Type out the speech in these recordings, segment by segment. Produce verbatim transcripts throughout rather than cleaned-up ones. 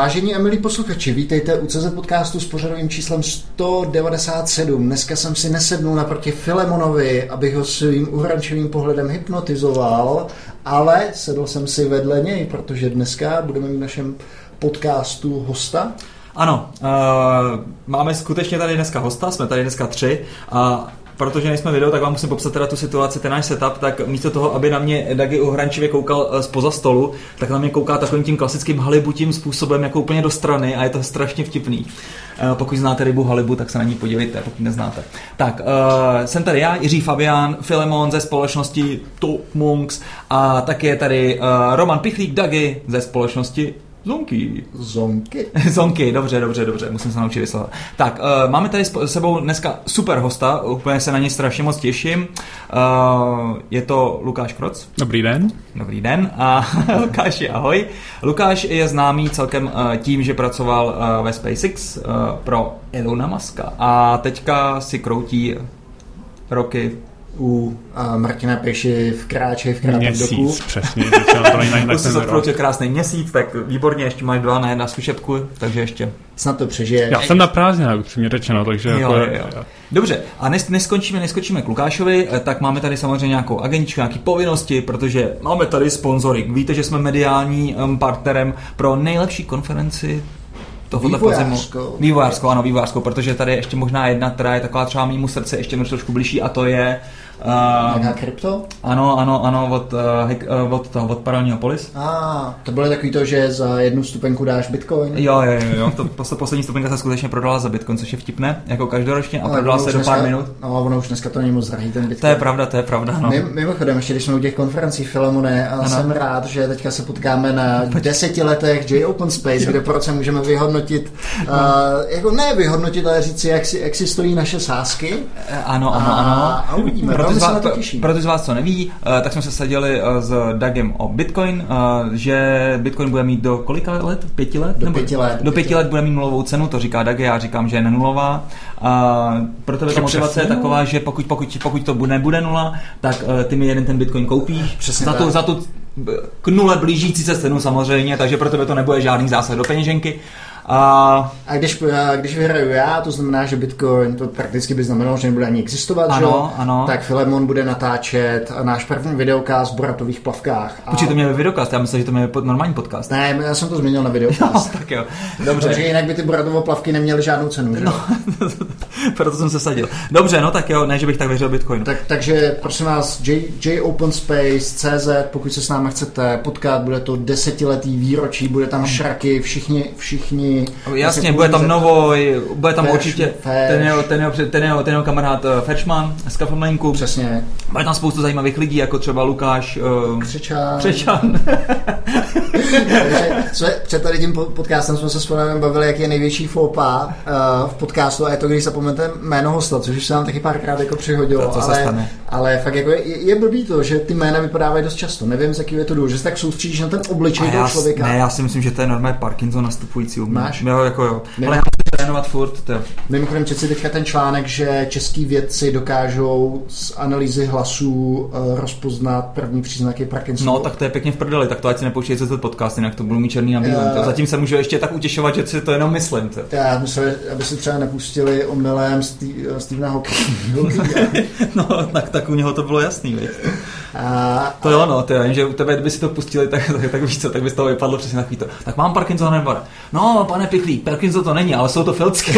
Vážení a milí posluchači, vítejte u C Z podcastu s pořadovým číslem sto devadesát sedm. Dneska jsem si nesednul naproti Filemonovi, abych ho svým uhrančivým pohledem hypnotizoval, ale sedl jsem si vedle něj, protože dneska budeme mít v našem podcastu hosta. Ano, uh, máme skutečně tady dneska hosta, jsme tady dneska tři a protože nejsme video, tak vám musím popsat teda tu situaci, ten náš setup, tak místo toho, aby na mě Dagi uhrančivě koukal spoza stolu, tak na mě kouká takovým tím klasickým halibutím způsobem, jako úplně do strany a je to strašně vtipný. Pokud znáte rybu halibu, tak se na ní podívejte, pokud neznáte. Tak, uh, jsem tady já, Jiří Fabián, Filemon ze společnosti Top Monks a taky je tady uh, Roman Pichlík, Dagi ze společnosti Zonky. Zonky. Zonky, dobře, dobře, dobře, musím se naučit vyslovovat. Tak, uh, máme tady s sebou dneska super hosta, úplně se na něj strašně moc těším. Uh, je to Lukáš Kroc. Dobrý den. Dobrý den. A Lukáši, ahoj. Lukáš je známý celkem uh, tím, že pracoval uh, ve SpaceX uh, pro Elona Muska a teďka si kroutí roky u a Martina Pejši v Kráči, v Krátek doku. Měsíc, přesně. To Už si odprotil krásný měsíc, tak výborně, ještě máš dva na jedna zkušebku, takže ještě. Snad to přežije. Já jsem na prázdninách, upřímně řečeno, takže... Jo, jako, jo, jo. Dobře, a než neskončíme, neskočíme k Lukášovi, tak máme tady samozřejmě nějakou agendičku, nějaké povinnosti, protože máme tady sponsoring. Víte, že jsme mediální partnerem pro nejlepší konferenci tohohle podzimu. Vývojářskou, ano, vývojářskou, protože tady je ještě možná jedna, která je taková třeba mýmu srdce ještě trošku blížší a to je... Uh, Nějaká krypto? Ano, ano, ano, od, uh, od toho, od Paralelního Polis. A, ah, to bylo takový to, že za jednu stupenku dáš Bitcoin? Jo, jo, jo, jo. To poslední stupenka se skutečně prodala za Bitcoin, což je vtipné, jako každoročně a prodala se do pár dneska, minut. No, ono už dneska to není moc drahý ten Bitcoin. To je pravda, to je pravda, no. My, mimochodem, ještě když jsme u těch konferencí Filemone, a jsem rád, že teďka se potkáme na deseti letech J Open Space, kde proč můžeme vyhodnotit, uh, jako ne vyhodnotit, ale říct si, jak si, jak si stojí naše sázky. Ano, ano, ano. A, a uvidíme, proto se na to těším. Pro ty z vás, co neví, tak jsme se sadili s Dagem o Bitcoin, že Bitcoin bude mít do kolika let? Pěti let? Do pěti let. Do pěti let bude mít nulovou cenu, to říká Dag, já říkám, že je nenulová. A pro tebe ta motivace je taková, že pokud, pokud, pokud to nebude nula, tak ty mi jeden ten Bitcoin koupíš. Přesně za tu, za tu k nule blížící se cenu samozřejmě, takže pro tebe to nebude žádný zásah do peněženky. A, a když, když vyhraju já, to znamená, že Bitcoin to prakticky by znamenalo, že nebude ani existovat, ano, že? Ano. Tak Filemon bude natáčet náš první videokast v Boratových plavkách. A... Počkej, to měl videokast, já myslím, že to měl normální podcast. Ne, já jsem to změnil na videokast. Jo, tak jo. Dobře. Protože jinak by ty Boratovo plavky neměly žádnou cenu, že? No, proto jsem se sadil. Dobře, no tak jo, ne, že bych tak věřil Bitcoinu. Tak, takže prosím vás, J, J Open Space tečka cé zet, pokud se s námi chcete potkat, bude to desetiletý výročí, bude tam šraky, všichni, všichni. Jasně, bude tam Novoj, bude tam Ferš, určitě Ferš. ten jeho, ten jeho, ten jeho, ten jeho kamarád Feršman z Kafemlinku. Přesně. Bude tam spoustu zajímavých lidí, jako třeba Lukáš uh, Křečan. Křečan. Takže jsme, před tady tím podcastem jsme se s Ponem bavili, jaký je největší fópa uh, v podcastu a je to, když zapomenete jméno hosta, což už se nám taky párkrát jako přihodilo, to, ale, ale fakt jako je, je blbý to, že ty jména vypadávají dost často. Nevím, z jaký je to důvod, že se tak soustředíš na ten obličej toho člověka. Ne, já si myslím, že to je normálně Parkinson nastupující u mě. Máš? Jo, jako jo. Mimo, ale já musím trénovat furt. To. Mimochodem četl si teďka ten článek, že český vědci dokážou z analýzy hlasů uh, rozpoznat první příznaky Parkinsonu. No, tak to je pěkně v prdeli, tak to ať si nepouštějte ten podcast, jinak to budu mít černý na bílém. Uh, Zatím se můžu ještě tak utěšovat, že si to jenom myslím. To. Já myslím, aby si třeba nepustili omylem Stephena Hawkinga. No, tak, tak u něho to bylo jasný, víc. A, to jo, no, to je, že u tebe, kdyby si to pustili, tak, tak, tak víš co, tak by z toho vypadlo přesně takový to. Tak mám Parkinson nebo ne? No, pane Pichlík, Parkinson to není, ale jsou to filcky.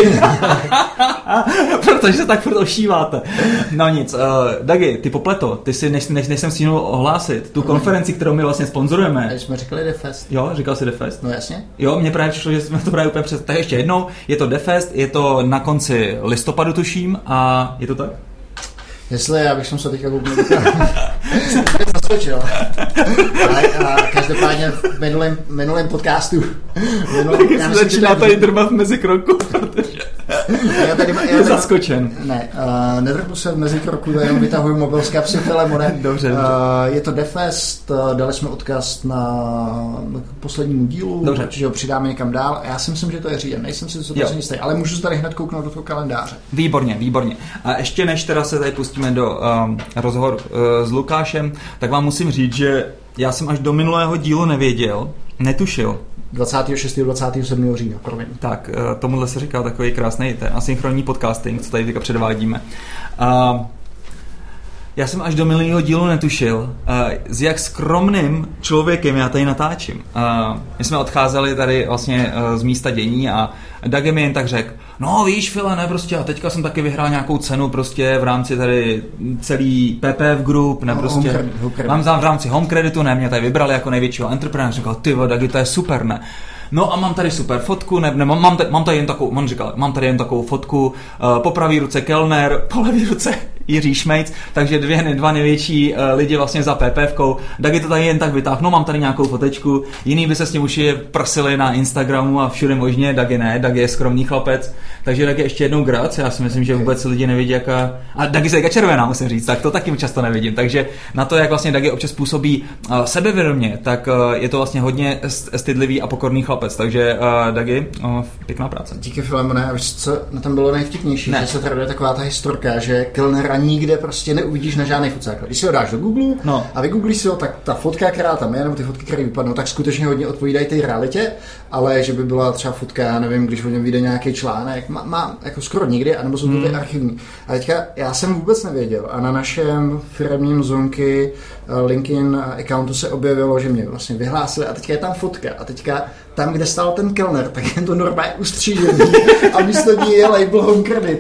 Protože se tak furt ošíváte. No nic, uh, Dagi, ty popleto, ty si, než, než, než jsem stihnul ohlásit tu konferenci, kterou my vlastně sponzorujeme. A jsme říkali DeFest. Jo, říkal jsi DeFest? No jasně. Jo, mně právě přišlo, že jsme to právě úplně před... Tak ještě jednou, je to DeFest, je to na konci listopadu tuším a je to tak? Jestli já bych se teďka kouknul, zaskočil. A každopádně v minulém, minulém podcastu minulém, já myslím, začíná tady, tady drbat v mezikroku, protože já tady, já je zaskočen. Ne, uh, nedrbu se v mezikroku, jenom vytahuji mobil z kapsy Filemone. Dobře, dobře. Uh, je to DeFest, uh, dali jsme odkaz na poslednímu dílu, dobře. Protože ho přidáme někam dál. Já si myslím, že to je říjen, nejsem si to jistý, ale můžu tady hned kouknout do toho kalendáře. Výborně, výborně. A ještě než teda se tady pustíme do um, rozhovoru uh, s Lukášem, tak vám musím říct, že já jsem až do minulého dílu nevěděl, Netušil. dvacátého šestého dvacátého sedmého října, promiň. Tak, tomuhle se říká takový krásný ten asynchronní podcasting, co tady teďka předvádíme. Uh, já jsem až do minulého dílu netušil, uh, s jak skromným člověkem já tady natáčím. Uh, my jsme odcházeli tady vlastně uh, z místa dění a Dagi mi jen tak řekl, no víš, File, ne, prostě a teďka jsem taky vyhrál nějakou cenu prostě v rámci tady celý P P F Group, ne, no, prostě home credit, home credit. mám tam v rámci Home Creditu, ne, mě tady vybrali jako největšího entrepreneur, říkal, ty vole, Dagi, to je super, ne. No a mám tady super fotku, ne, ne mám, mám, tady, mám tady jen takovou, on říkal, mám tady jen takovou fotku, uh, po pravý ruce Kellner, po levý ruce Jiří Šmejc, takže dvě, dva největší uh, lidi vlastně za PPFkou. Dagi to tady jen tak vytáhl, no mám tady nějakou fotečku, jiný by se s ním už je prsili na Instagramu a všude možně, Dagi ne, Dagi je skromný chlapec, takže Dagi ještě jednou grat, já si myslím, že vůbec lidi nevidí jaká, a Dagi se jaká červená, musím říct, tak to taky často nevidím, takže na to, jak vlastně Dagi občas působí uh, sebevědomě, tak uh, je to vlastně hodně stydlivý a pokorný chlapec, takže uh, Dagi, uh, pěkná práce. Díky, Filemone, a víš, co na tom bylo nejvtipnější, ne. že se tady taková ta historka, že Kellnera nikde prostě neuvidíš na žádný fotce. Když si ho dáš do Google no. a vygooglíš si ho, tak ta fotka, která tam je, nebo ty fotky, které vypadnou, tak skutečně hodně odpovídají té realitě, ale že by byla třeba fotka, já nevím, když o něm vyjde nějaký článek, má, má jako skoro nikdy, anebo jsou to ty hmm. archivní. A teďka já jsem vůbec nevěděl a na našem firemním Zonky LinkedIn accountu se objevilo, že mě vlastně vyhlásili a teďka je tam fotka a teďka tam, kde stál ten Kellner, tak je to normálně ustřížený a místo ní je label Home Credit.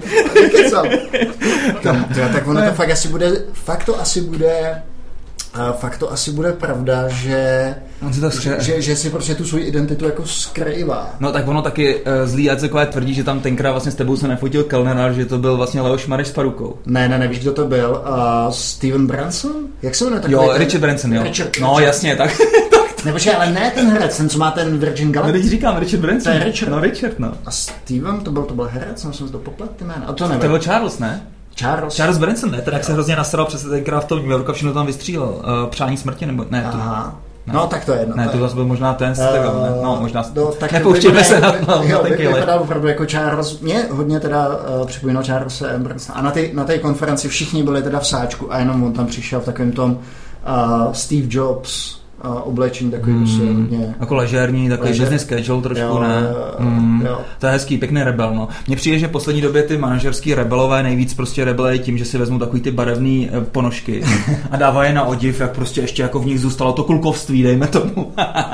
Tam, tak ono to fakt asi bude, fakt to asi bude, fakt to asi bude pravda, že, že, že, že si prostě tu svou identitu jako skrývá. No tak ono taky uh, zlý Jacekové tvrdí, že tam tenkrát vlastně s tebou se nefotil Kellner, ale že to byl vlastně Leoš Mareš s Parukou. Ne, ne, nevíš, kdo to byl? Uh, Steven Branson? Jak se jmenuje takový? Jo, ten? Richard Branson, jo. Richard, no Richard. Jasně, tak. Ne, počkej, ale ne ten herec, ten, co má ten Virgin Galactic. No teď říkám, Richard Branson. To je Richard. No Richard, no. A Steven, to byl, to byl herec, jsem jsem to poplet, ty jména. A to nevím. To byl Charles, ne? Charles. Charles Branson, ne? Teda jak se hrozně nasral přesně tenkrát v tom New Yorku a všechno tam vystřílel. Uh, přání smrti, nebo ne? To... Aha. Ne. No, tak to je jedno. Ne, to zase byl možná ten s Steven, uh, ne? No, možná. No, tak nepouštíme se na, na, jo, na ten kýle. Vypadal opravdu jako Charles. Mě hodně teda uh, připomínal Charles Branson. A na té na té konferenci všichni byli teda v sáčku a jenom on tam přišel v takovém tom uh, Steve Jobs uh, oblečení, takový hmm. prostě hodně... Jako ležérní, takový Ležer. business casual trošku, jo, ne? Jo, mm. jo. To je hezký, pěkný rebel, no. Mně přijde, že v poslední době ty manažerský rebelové nejvíc prostě rebelejí tím, že si vezmou takový ty barevný ponožky a dávají je na odiv, jak prostě ještě jako v nich zůstalo to kulkovství, dejme tomu.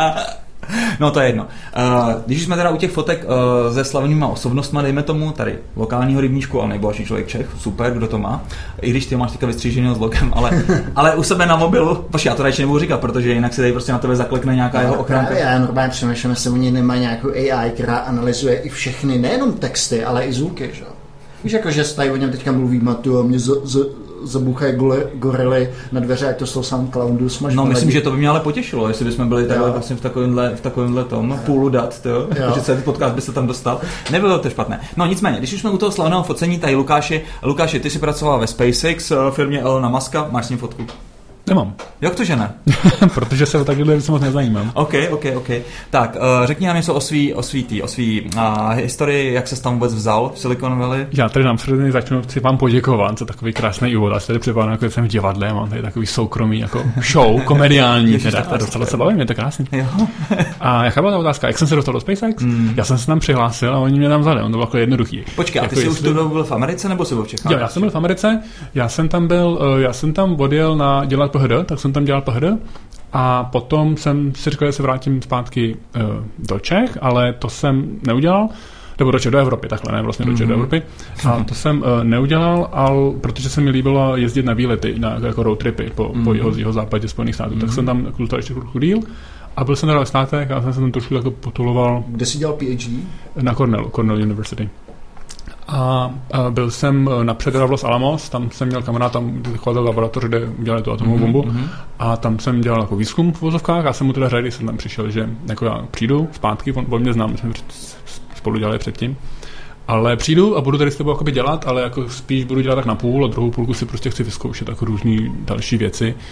No to je jedno. Uh, když jsme teda u těch fotek uh, se slavnýma osobnostma, dejme tomu tady lokálního rybníčku, ale nejbohatší člověk Čech, super, kdo to má. I když ty máš teďka vystřížený s lokem, ale, ale u sebe na mobilu, počkej, já to radši nebudu říkat, protože jinak se tady prostě na tebe zaklekne nějaká no, jeho ochranka. Já normálně přemýšlím, jestli oni nemají nějakou A I, která analyzuje i všechny, nejenom texty, ale i zvuky, že? Víš, jako, že tady o něm teďka mluvíme, tu a mě z, z, zabuchají gorily na dveře, jak to s tou SoundCloudu smaží. No myslím, že to by mě ale potěšilo, jestli bychom byli takhle vlastně v takovémhle, v takovémhle tom půlu dat, jo? Že celý podcast by se tam dostal. Nebylo to špatné. No nicméně, když už jsme u toho slavného focení, tady Lukáši, Lukáši, ty jsi pracoval ve SpaceX, firmě Elona Muska, máš s ním fotku? Nemám. Jak to, že ne? Protože se o takhle věci moc nezajímám. OK, OK, OK. Tak, uh, řekni nám něco o svý, o svý, tý, o svý uh, historii, jak ses tam vůbec vzal v Silicon Valley? Já tady nám předtím začnu, chci vám poděkovat za takový krásný úvod. Až tady připadám, jako jsem v divadle, mám tady takový soukromý jako show, komediální. Ježiš, teda, docela se bavím, je to krásný. Jo. A jaká byla ta otázka? Jak jsem se dostal do SpaceX? Mm. Já jsem se tam přihlásil a oni mě tam vzali. On to bylo jako jednoduchý. Počkej, a ty jako jsi jestli... už tu byl v Americe nebo jsi byl v Čechách? Jo, já jsem byl v Americe. Já jsem tam byl, já jsem tam odjel na dělat P H D, tak jsem tam dělal P H D. A potom jsem si říkal, že se vrátím zpátky uh, do Čech, ale to jsem neudělal. Nebo do Čech, do Evropy, takhle, ne, vlastně do Čech, mm-hmm. do Evropy. A to jsem uh, neudělal, ale protože se mi líbilo jezdit na výlety, na jako road tripy po, mm-hmm. po jeho, jeho západě Spojených států. Mm-hmm. Tak jsem tam zůstal ještě chvilku díl. A byl jsem teda ve státech a jsem se tam trošku jako potuloval. Kde jsi dělal P H D? Na Cornell, Cornell University. A, a byl jsem napřed v Los Alamos, tam jsem měl kamarád, tam chodil laboratoř, kde udělali tu atomovou bombu mm-hmm. a tam jsem dělal jako výzkum v vozovkách a jsem mu teda řekl, když jsem tam přišel, že jako já přijdu zpátky, on, on mě znám, my jsme spolu dělali předtím, ale přijdu a budu tady s tebou jakoby dělat, ale jako spíš budu dělat tak na půl a druhou půlku si prostě chci vyzkoušet jako různý další věci.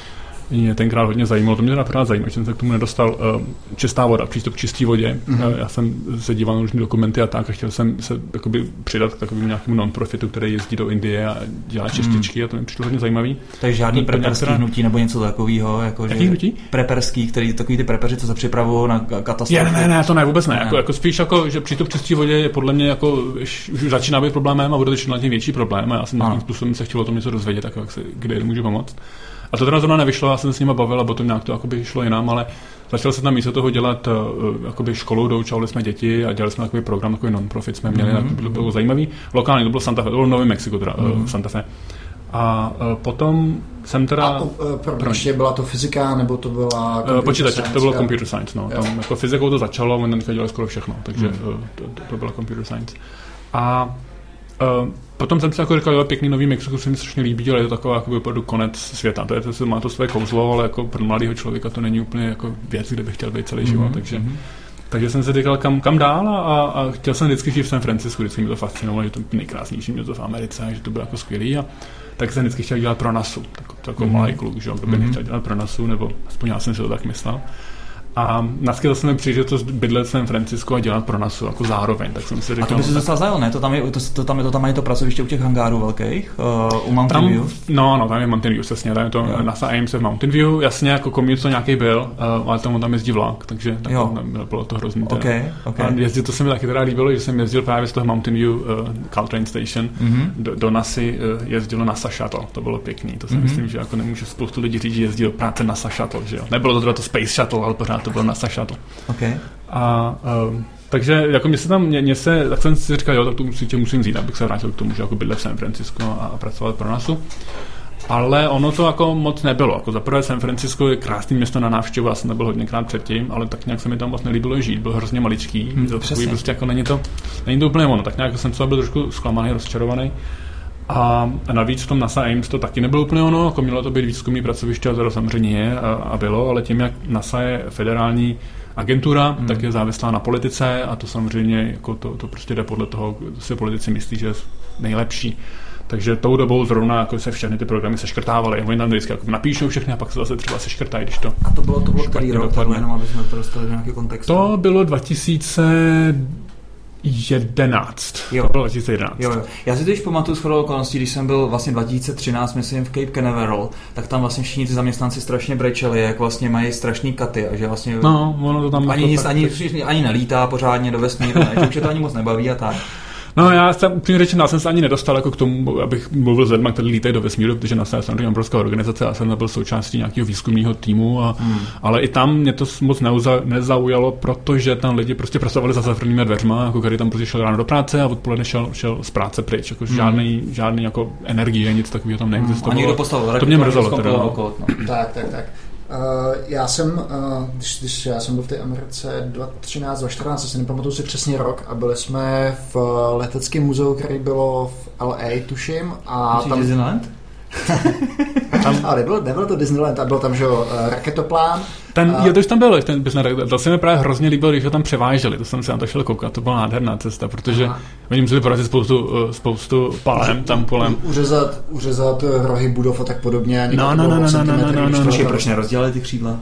mě tenkrát hodně zajímalo, to mě teda pořád zajímá, že jsem se k tomu nedostal. Uh, čistá voda, přístup k čisté vodě. Mm-hmm. Uh, já jsem se díval na různé dokumenty a tak a chtěl jsem se jakoby přidat k takovému nějakému non-profitu, který jezdí do Indie a dělá čističky mm. a to mi přišlo hodně zajímavý. Takže žádný preperský která... hnutí nebo něco takového, jako jaký hnutí? Preperský, který takový ty prepeři, co se připravují na katastrofy. Ne, ne, ne, to ne, vůbec ne. ne. Jako, jako spíš jako, že přístup k čisté vodě je podle mě jako už začíná být problémem a bude to čím větší problém a já jsem nějakým způsobem se chtěl o tom něco dozvědět, tak jak se kde může pomoct. A to teda zrovna nevyšlo, já jsem s nima bavil a potom nějak to jakoby šlo jinam, ale začal se tam místo toho dělat uh, jakoby školu, doučovali jsme děti a dělali jsme takový program, takový non-profit jsme měli, mm-hmm. to bylo, bylo zajímavý. Lokálně to bylo Santa Fe, to bylo Nový Mexiko, teda mm-hmm. uh, Santa Fe. A uh, potom jsem teda... A uh, ještě byla to fyzika, nebo to byla... Uh, počítače, to bylo computer science, no. Tam jako fyzikou to začalo, oni tam dělali skoro všechno, takže mm. uh, to, to, to bylo computer science. A uh, potom jsem si jako říkal, jo, pěkný Nový Mexiko se mi strašně líbí, ale je to taková jako opravdu konec světa. To je, to má to své kouzlo, ale jako pro mladého člověka to není úplně jako věc, kde bych chtěl být celý život, mm-hmm. takže... Takže jsem se říkal, kam, kam dál a, a chtěl jsem vždycky žít v San Francisku, vždycky mi to fascinovalo, že to nejkrásnější město v Americe, že to bylo jako skvělý a tak jsem vždycky chtěl dělat pro NASU, tak, takový mm-hmm. malý kluk, že kdo by mm-hmm. nechtěl dělat pro NASU, nebo aspoň já jsem si to tak myslel. A naskyl jsem mi příležitost bydlet v San Francisku a dělat pro NASU jako zároveň, tak jsem si říkal... A to by si dostal zajel, ne? To tam je to, to, tam je, to tam je to pracoviště u těch hangárů velkých, uh, u Mountain tam, View? No, no, tam je Mountain View, přesně, tam je to jo. NASA Ames v Mountain View, jasně, jako commute to nějaký byl, uh, ale tam tam jezdí vlak, takže tak bylo to hrozný. Okay, okay. A jezdit, to se mi taky teda líbilo, že jsem jezdil právě z toho Mountain View uh, Caltrain Station mm-hmm. do, do NASA, uh, jezdilo NASA Shuttle, to bylo pěkný, to si mm-hmm. myslím, že jako nemůže spoustu lidí říct, že jezdí do práce NASA Shuttle, že jo. Nebylo to teda to Space Shuttle, ale pořád to bylo NASA Shuttle. Okay. A um, takže jako mě se tam, mě, mě se, tak jsem si říkal, jo, tak to určitě musím vzít, abych se vrátil k tomu, že jako bydlet v San Francisco a, a pracovat pro NASU. Ale ono to jako moc nebylo. Jako za prvé San Francisco je krásné město na návštěvu, já jsem nebyl hodněkrát předtím, ale tak nějak se mi tam moc nelíbilo žít, byl hrozně maličký, hmm, takový, prostě jako není to, není to úplně ono, tak nějak jsem byl trošku zklamaný, rozčarovaný. A navíc v tom NASA Ames to taky nebylo úplně ono, jako mělo to být výzkumný pracoviště a to samozřejmě je a, a bylo, ale tím, jak NASA je federální agentura, hmm. tak je závislá na politice a to samozřejmě jako to, to prostě jde podle toho, co si politici myslí, že je nejlepší. Takže tou dobou zrovna jako se všechny ty programy seškrtávaly. Oni tam vždycky jako napíšou všechny a pak se zase třeba seškrtají, když to... A to bylo, to bylo který rok, jenom aby jsme to dostali do nějaký kontext. To bylo dva tisíce jedenáct. Jo. To bylo dva tisíce jedenáct. Jo, jo. Já si totiž pamatuju shodou okolností, když jsem byl vlastně dva tisíce třináct, myslím, v Cape Canaveral, tak tam vlastně všichni ty zaměstnanci strašně brečeli, jak vlastně mají strašný katy a že vlastně no, ono to tam ani, jako nic, tak, ani, tak... ani nelítá pořádně do vesmíru, ne, že už je to ani moc nebaví a tak. No já jsem úplně řečeno, já jsem se ani nedostal jako k tomu, abych mluvil s lidmi, kteří lítají do vesmíru, protože NASA je samozřejmě obrovská organizace, já jsem nebyl součástí nějakého výzkumného týmu, a, hmm. ale i tam mě to moc neuza, nezaujalo, protože tam lidi prostě pracovali za zavřenými dveřma, jako který tam prostě šel ráno do práce a odpoledne šel, šel z práce pryč, jako hmm. žádný, žádný jako energie, nic takového tam neexistovalo. A někdo postavil to mě mrzelo teda. No. Tak, tak, tak. Uh, já jsem, uh, když, když já jsem byl v té Americe dva tisíce třináct, dva tisíce čtrnáct, se nepamatuju si přesně rok a byli jsme v leteckém muzeu, který bylo v L A, tuším. A Myslíš tam... Disneyland? tam, ale nebyl, nebyl to Disneyland, a byl tam, že jo, raketoplán. Ten, a... Jo, to už tam bylo, ten business, to se mi právě hrozně líbilo, když ho tam převáželi, to jsem se na to šel koukat, to byla nádherná cesta, protože Aha. oni museli porazit spoustu, spoustu palem tam kolem. Uřezat, uřezat rohy budov a tak podobně. No, no, no, no, no, no, no, no, no. Proč nerozdělali ty křídla?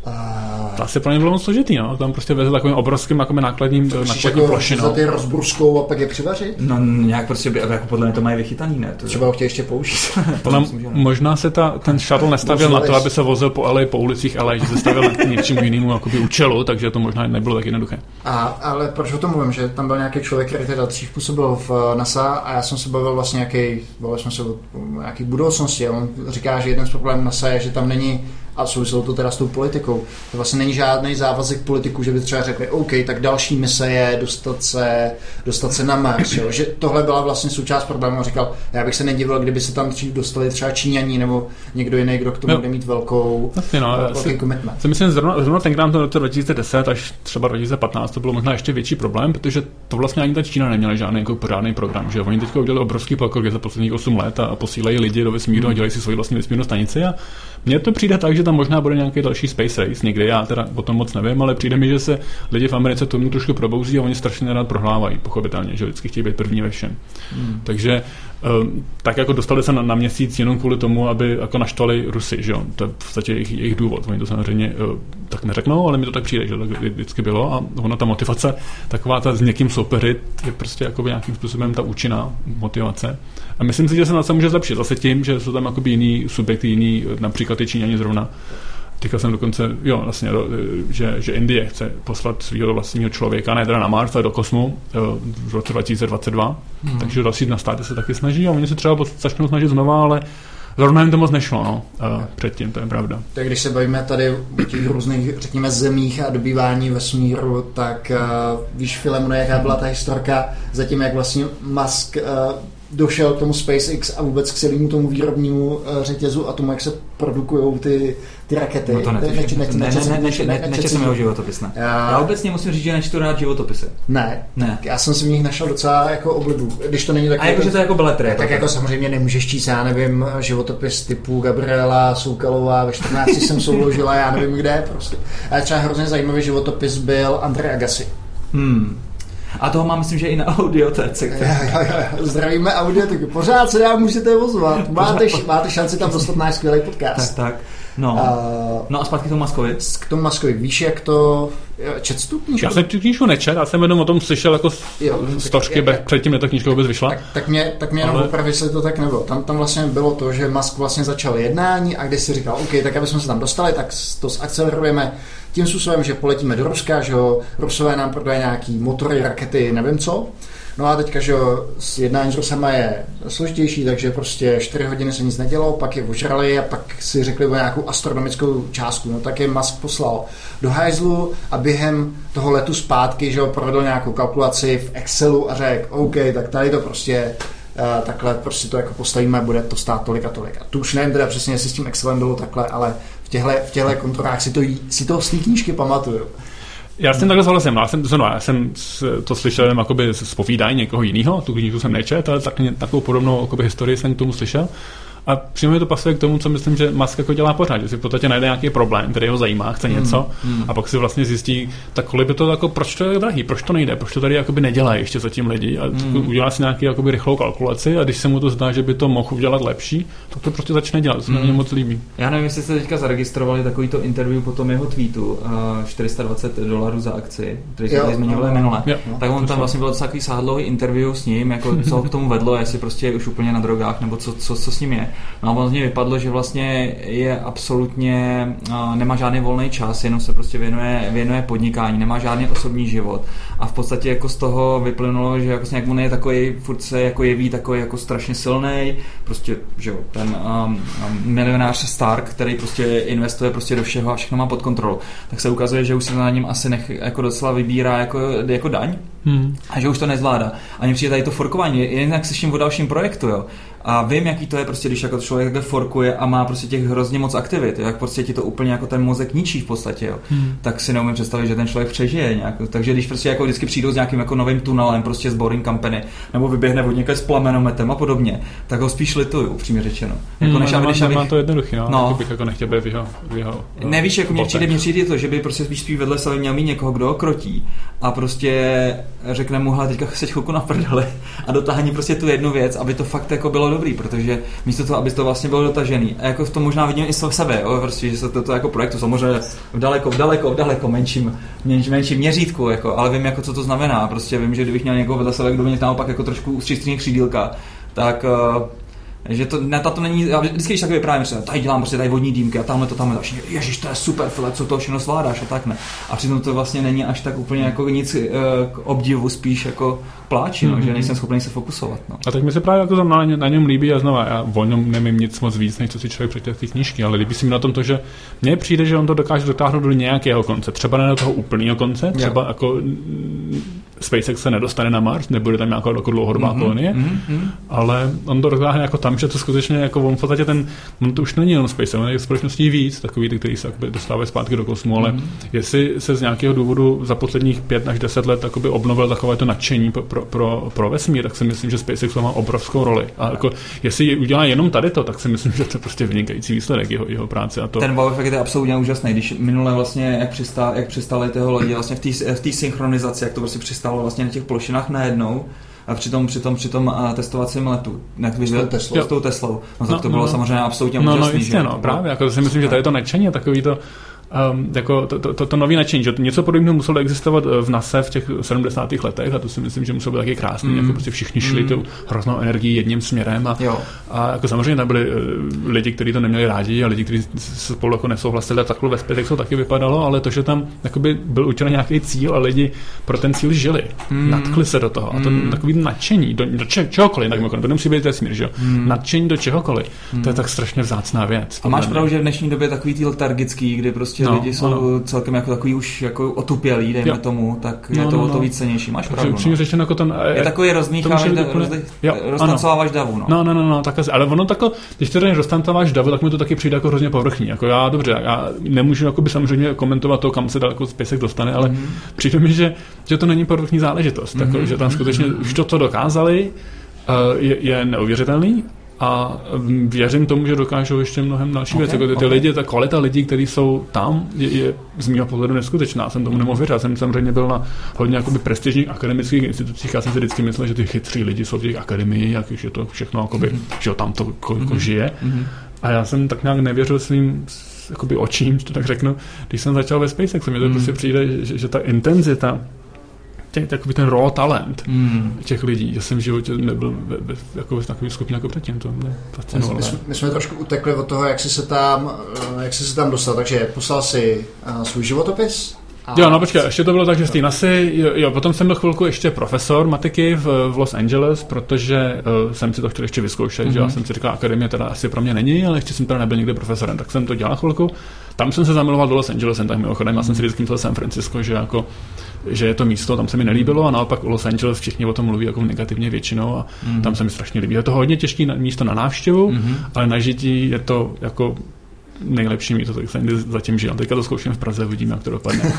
Uh, to asi pro ně bylo moc složitý, no. Tam prostě vezli takovým obrovským jako nákladním, nákladním jako plošinou. Za ty rozbruškou a pak je přivařit? No nějak prostě, jako podle mě to mají vychytaný, ne? To třeba ho chtějí ještě použít. Tam, možná se ta, ten shuttle nestavil na to, aby se vozil po L A, po ulicích L A, že se stavil na něčemu jinému jakoby u čelu, takže to možná nebylo tak jednoduché. A, ale proč o tom mluvím, že tam byl nějaký člověk, který teda dřív působil v NASA a já jsem se bavil vlastně nějaký, bavil jsme se o nějaký budoucnosti a on říká, že jeden z problémů NASA je, že tam není, a souviselo to teda s tou politikou, to vlastně není žádný závazek politiků, že by třeba řekli, OK, tak další mise je dostat se, dostat se na Mars, jo? Že tohle byla vlastně součást problému a říkal, já bych se nedivil, kdyby se tam dostali třeba Číňaní nebo někdo jiný, kdo k tomu no. bude mít velkou, vlastně, no, velký commitment. Si myslím, zrovna, zrovna tenkrát to roce dva tisíce deset až třeba dva tisíce patnáct to bylo možná ještě větší problém, protože to vlastně ani ta Čína neměla žádný jako pořádný program, že oni teďka udělali obrovský pokrok za posledních osm let a posílají lidi do vesmíru a dělají si svoji vlastní vesmírnou stanici a mně to přijde tak, že tam možná bude nějaký další space race někdy, já teda o tom moc nevím, ale přijde mi, že se lidi v Americe tomu trošku probouzí a oni strašně rád prohlávají, pochopitelně, že vždycky chtějí být první ve všem. Hmm. Takže tak jako dostali se na, na měsíc jenom kvůli tomu, aby jako naštvali Rusy, že jo. To je v podstatě jejich, jejich důvod. Oni to samozřejmě tak neřeknou, ale mi to tak přijde, že to tak vždycky bylo a ona ta motivace, taková ta s někým soupeřit, je prostě jakoby nějakým způsobem ta účinná motivace. A myslím si, že se na to může zlepšit zase tím, že jsou tam jakoby jiný subjekty, jiný, například ty Číňani zrovna. Teďka jsem dokonce, jo, vlastně, že, že Indie chce poslat svého vlastního člověka, ne teda na Mars, ale do kosmu v roce dva tisíce dvacet dva, hmm. takže další na státy se taky snaží a oni se třeba začnou snažit znova, ale zrovna jim to moc nešlo, no, předtím, to je pravda. Tak když se bavíme tady o těch různých, řekněme, zemích a dobývání vesmíru, tak uh, víš, Filemone, jaká byla ta historka zatím, jak vlastně Musk uh, došel k tomu SpaceX a vůbec k celému tomu výrobnímu řetězu a tomu, jak se produkujou ty, ty rakety. No to netuším. Nečetl jsem jeho životopis, ne. Já, Já obecně musím říct, že nečtu rád životopisy. Ne. ne. Já jsem si v nich našel docela jako oblibu. Když to není tak. A jakože to je jako beletry. Tak jako samozřejmě nemůžeš číst, já nevím, životopis typu Gabriela Soukalová, ve čtrnácti jsem souložila, já nevím kde prostě. A třeba hrozně zajímavý životopis byl Andrej Agassi. Hmm. A toho mám, myslím, že i na audiotéce. Zdravíme audiotéky. Pořád se nám můžete ozvat. Máte, máte šanci tam dostat náš skvělý podcast. Tak, tak. No. Uh, no a zpátky k tomu Muskovi. K tomu Muskovi. Víš, jak to... Čet tu knížku? Já jsem tu knížku nečet, já jsem jenom o tom slyšel jako stožky, předtím ne ta knížka vůbec vyšla. Tak, tak mě, tak mě ale... jenom opravdu, jestli to tak nebylo. Tam, tam vlastně bylo to, že Musk vlastně začal jednání a když si říkal, OK, tak aby jsme se tam dostali, tak to zakcelerujeme tím způsobem, že poletíme do Ruska, že jo, Rusové nám prodají nějaký motory, rakety, nevím co. No a teďka, že jo, jednání s Rusama je složitější, takže prostě čtyři hodiny se nic nedělo, pak je ožrali a pak si řekli o nějakou astronomickou částku. No tak je Musk poslal do hajzlu a během toho letu zpátky, že jo, provedl nějakou kalkulaci v Excelu a řekl, OK, tak tady to prostě uh, takhle prostě to jako postavíme, bude to stát tolik a tolik. A tu už nevím teda přesně, jestli s tím Excelem bylo takhle, ale v těchto v těchto konturách si to, si to z té knížky pamatuju. Já jsem takhle souhlasím, já jsem, znovu, já jsem to slyšel jenom jakoby z povídání někoho jiného, tu knížku jsem nečet, ale tak, takovou podobnou jakoby, historii jsem k tomu slyšel. A přímo mi to pasuje k tomu, co myslím, že Musk jako dělá pořád, že si v podstatě najde nějaký problém, který ho zajímá, chce něco, mm, mm. a pak si vlastně zjistí, tak kolik by to jako, proč to je drahý, proč to nejde, proč to tady jakoby nedělají ještě zatím lidi a mm. udělá si nějaký jakoby rychlou kalkulaci a když se mu to zdá, že by to mohl udělat lepší, tak to prostě začne dělat, to se mm. mě moc líbí. Já nevím, jestli jste teďka zaregistrovali takovýto interview po tom jeho tweetu, uh, čtyři sta dvacet dolarů za akci, který jsme zmiňovali minule. Jo, no, tak on tam vlastně byl takový sáhodlový interview s ním, jako co k tomu vedlo, jestli prostě je už úplně na drogách nebo co, co, co s ním je. No, on z něj vypadlo, že vlastně je absolutně, uh, nemá žádný volný čas, jenom se prostě věnuje, věnuje podnikání, nemá žádný osobní život a v podstatě jako z toho vyplynulo, že jako nějak on je takový, furt se jako jeví takový jako strašně silnej, prostě, že jo, ten um, milionář Stark, který prostě investuje prostě do všeho a všechno má pod kontrolou, tak se ukazuje, že už se na něm asi nech, jako docela vybírá jako, jako daň hmm. a že už to nezvládá. A mně přijde tady to forkování, jinak slyším o dalším projektu, jo. A vím, jaký to je prostě, když jako člověk takhle forkuje a má prostě těch hrozně moc aktivit, jak prostě ti to úplně jako ten mozek ničí v podstatě, jo. Hmm. Tak si neumím představit, že ten člověk přežije nějak. Takže když prostě jako vždycky přijdou s nějakým jako novým tunelem, prostě z boring company, nebo vyběhne od někde s plamenometem a podobně, tak ho spíš lituju, upřímně řečeno. Jako hmm, než aby, než abych... to jednoduchý, no. no. Bych jako nechtěl být v jeho, v jeho Nevíš, jako mě přijde, mě přijde to, že by prostě spíš spíš vedle sebe měl mít někoho, kdo ho krotí a prostě řekne mu, hele, teďka seď chvilku na prdeli a dotáhni prostě tu jednu věc, aby to fakt jako bylo dobrý, protože místo toho, aby to vlastně bylo dotažený. A jako v tom možná vidím i sebe, jo, prostě, že se to, to jako projektu samozřejmě v daleko, v daleko, v daleko menším, menším, menším měřítku, jako, ale vím, jako, co to znamená. Prostě vím, že kdybych měl někoho vedle sebe, kdo mě naopak jako trošku ustřícný křídílka, tak uh, že to, ne, to není, já vždycky, když tak vyprávím, že tady dělám prostě tady vodní dýmky a tamhle to tamhle další, ježiš, to je super, File, co to všechno zvládáš a tak ne. A přitom to vlastně není až tak úplně jako nic uh, k obdivu, spíš jako pláči, no, mm-hmm. že nejsem schopný se fokusovat. No. A teď mi se právě jako na, na něm líbí a znova, já o něm nemím nic moc víc, než co si člověk přečte v té knížky, ale líbí si mi na tom to, že mně přijde, že on to dokáže dotáhnout do nějakého konce, třeba ne do toho úplného konce, třeba yeah. jako SpaceX se nedostane na Mars, nebude tam nějaká jako dlouhodobá mm-hmm. kolonie, mm-hmm. ale on to dotáhne jako tam, že to skutečně jako on v podstatě ten, on to už není jenom SpaceX, on je společností víc, takový ty, který se dostávají zpátky do kosmu, ale mm-hmm. jestli se z nějakého důvodu za posledních pět až deset let takoby obnovil takové to nadšení pro, pro, pro vesmír, tak si myslím, že SpaceX má obrovskou roli. A jako, jestli udělá jenom tady to, tak si myslím, že to je prostě vynikající výsledek jeho, jeho práce. A to... Ten wow efekt je absolutně úžasný. Když minule vlastně, jak, přistá, jak přistály tyho lodi vlastně v té v synchronizaci, jak to prostě přistálo vlastně na těch plošinách najednou, a při tom, při tom, při tom uh, testovacím letu. S tou Teslou. S tou Teslou. No, no to bylo no, samozřejmě absolutně no, úžasný. No jistě, no, právě. Jako si myslím, že tady to nadšení je takový to, Um, jako to, to, to, to nový nadšení, že něco podobného muselo existovat v NASA v těch sedmdesátých letech a to si myslím, že muselo být taky krásný, mm. jako prostě všichni šli mm. tou hroznou energií jedním směrem a, a jako samozřejmě tam byli uh, lidi, kteří to neměli rádi a lidi, kteří se spolu jako nesouhlasili a takhle ve SpaceXu taky vypadalo, ale to, že tam jakoby byl určený nějaký cíl a lidi pro ten cíl žili, mm. natkli se do toho a to mm. takový nadšení do, do če, čehokoliv, tak to nemusí být vesmír, že jo, mm. nadšení do čehokoliv, mm. to je tak strašně vzácná věc. A máš pravdu, že v dnešní době takový ty letargický, kdy prostě no, lidi jsou ano. celkem jako takový už jako otupělý, dejme jo. tomu, tak je no, to no, o to no. víc cenější. Máš pravdu. No. Řečeno, jako ten, je takový rozmícháváš, da, rozli, roztancováváš davu. No, no, no, no, no tak asi, ale ono tako, když ty roztancováš davu, tak mi to taky přijde jako hrozně povrchní. Jako já, dobře, já nemůžu jakoby samozřejmě komentovat to, kam se daleko SpaceX dostane, ale mm. přijde mi, že, že to není povrchní záležitost. Mm. Tako, že tam skutečně mm. už to, co dokázali, je, je neuvěřitelný. A věřím tomu, že dokážou ještě mnohem další okay, věci. Jako ty, ty okay. lidi, ta kvalita lidí, kteří jsou tam, je, je z mého pohledu neskutečná. Jsem tomu nemohl věřit. Já jsem samozřejmě byl na hodně jakoby prestižních akademických institucích. Já jsem si vždycky myslel, že ty chytří lidi jsou v těch akademiích, jak je to všechno, jakoby, mm-hmm. že tam to jako mm-hmm. žije. Mm-hmm. A já jsem tak nějak nevěřil svým jakoby očím, to tak řeknu, když jsem začal ve SpaceXu. Mně to mm-hmm. prostě přijde, že, že ta intenzita, takový ten raw talent mm. těch lidí. Já jsem v životě nebyl ve, ve, jako v takový skupině jako předtím. To mě fascinovalo. My, my, my jsme trošku utekli od toho, jak jsi se tam, jak jsi se tam dostal. Takže poslal si uh, svůj životopis? A jo, no počkej, ještě to bylo tak, že z té NASA, jo, jo, potom jsem byl chvilku ještě profesor matiky v, v Los Angeles, protože uh, jsem si to chtěl ještě vyzkoušet, mm-hmm. že já jsem si říkal, akademie teda asi pro mě není, ale ještě jsem teda nebyl nikdy profesorem, tak jsem to dělal chvilku. Tam jsem se zamiloval do Los Angeles, tak mimochodem, mm-hmm. já jsem si vždycky myslel San Francisco, že jako že je to místo, tam se mi nelíbilo a naopak u Los Angeles všichni o tom mluví jako negativně většinou a mm-hmm. tam se mi strašně líbí. Je to hodně těžké místo na návštěvu, mm-hmm. ale na žití je to jako nejlepší místo, tak jsem zatím žil. Teďka to zkouším v Praze, vidím, jak to dopadne.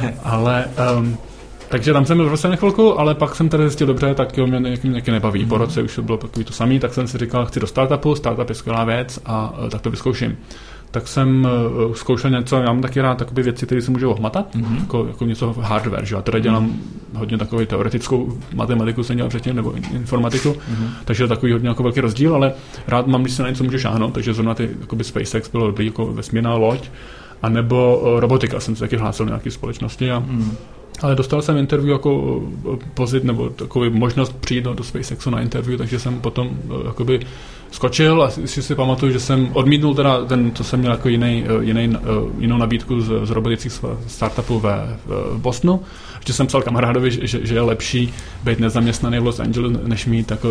ale um, takže tam jsem byl prostě chvilku, ale pak jsem tady zjistil dobře, tak jo, mě nějaký, nějaký nebaví. Mm-hmm. Po roce už to bylo takový to samý, tak jsem si říkal, chci do startupu, startup je skvělá věc a uh, tak to vyzkouším. Tak jsem uh, zkoušel něco, já mám taky rád takové věci, které se můžou ohmatat, mm-hmm. jako, jako něco hardware, že já teda dělám mm-hmm. hodně takovou teoretickou matematiku, jsem dělal předtím, nebo informatiku, mm-hmm. takže je takový hodně jako velký rozdíl, ale rád mám, když se na něco můžu šáhnout, takže zrovna ty jakoby SpaceX bylo dobrý, jako vesmírná loď, anebo uh, robotika, jsem se taky hlásil na nějaké společnosti a mm. ale dostal jsem interview jako pozit, nebo takový možnost přijít do, do SpaceXu na interview, takže jsem potom uh, jakoby skočil a si, si pamatuju, že jsem odmítnul teda ten, co jsem měl jako jiný, jiný, jinou nabídku z, z robotických startupů ve, v Bostonu, že jsem psal kamarádovi, že, že je lepší být nezaměstnaný v Los Angeles, než mít jako uh,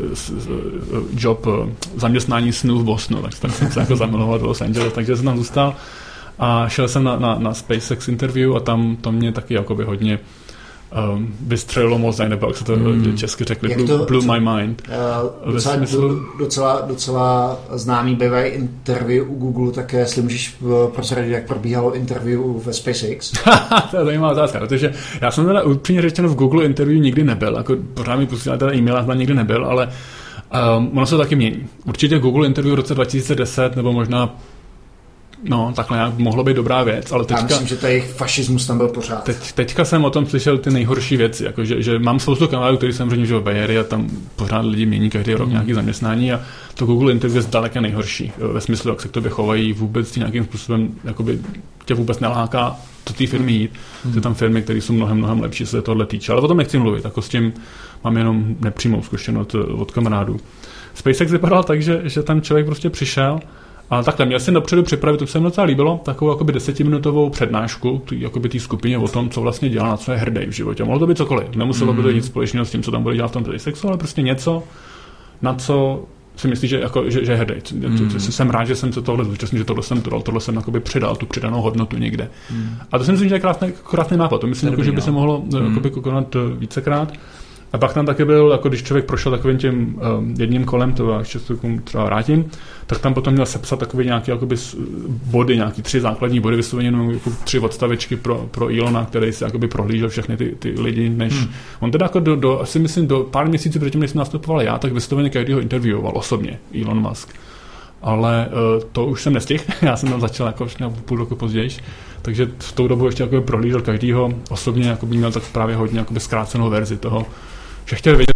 job uh, zaměstnání snů v Bostonu, tak, tak jsem se jako zamiloval do Los Angeles, takže jsem tam zůstal a šel jsem na, na, na SpaceX interview a tam to mě taky jakoby hodně Um, vystřelilo mozek, nebo jak se to mm. česky řekli, blew, blew my mind. Uh, docela, smyslu... docela, docela známý bývají interview u Google, tak jestli můžeš prozradit, jak probíhalo interview ve SpaceX? To je zajímavá otázka, protože já jsem teda upřímně řečeno v Google interview nikdy nebyl, jako pořád mi posílali teda e-mail, já nikdy nebyl, ale um, ono se taky mění. Určitě Google interview v roce dva tisíce deset, nebo možná no, takhle nějak mohlo být dobrá věc, ale teďka... Já myslím, že tady fašismus tam byl pořád. Teď, teďka jsem o tom slyšel ty nejhorší věci, jako že, že mám spoustu kamarádů, který samozřejmě žil v Bay Area a tam pořád lidi mění každý rok mm. nějaký zaměstnání a to Google interview je zdaleka nejhorší. Ve smyslu, jak se k tobě chovají, vůbec nějakým způsobem jakoby tě vůbec neláká do té firmy jít. Mm. Ty tam firmy, které jsou mnohem, mnohem lepší, se tohle týče. Ale o tom nechci mluvit, jako s tím mám jenom nepřímou zkušenost od, od kamarádů. SpaceX vypadal tak, že, že tam člověk prostě přišel. A takhle, měl jsem dopředu připravit, to se mi docela líbilo, takovou jakoby desetiminutovou přednášku jakoby té skupině o tom, co vlastně dělá, na co je hrdý v životě. Mohlo to být cokoliv, nemuselo mm. by to nic společného s tím, co tam bude dělat v tom SpaceXu, ale prostě něco, na co si myslí, že, jako, že, že je hrdý. Mm. Jsem rád, že jsem se tohle zúčastnil, že tohle jsem to dal, tohle jsem jakoby přidal, tu přidanou hodnotu někde. Mm. A to si myslím, že je krásný, krásný nápad. To myslím, jako, že by se mohlo mm. jakoby, konat vícekrát. A pak tam taky byl, jako když člověk prošel takovým tím um, jedním kolem, to já ještě se třeba vrátím, tak tam potom měl sepsat takový nějaký jakoby body, nějaký tři základní body, vysloveně jenom jako tři odstavečky pro, pro Elona, který si jakoby prohlížel všechny ty, ty lidi, než hmm. on teda jako do, do, asi myslím, do pár měsíců předtím, než jsem nastupoval já, tak vysloveně každýho interviewoval osobně, Elon Musk. Ale uh, to už jsem nestihl, já jsem tam začal jako půl roku později, takže v tou dobu ještě jako prohlížel každýho osobně, jako by měl tak právě hodně jako zkrácenou verzi toho, že chtěl vědět,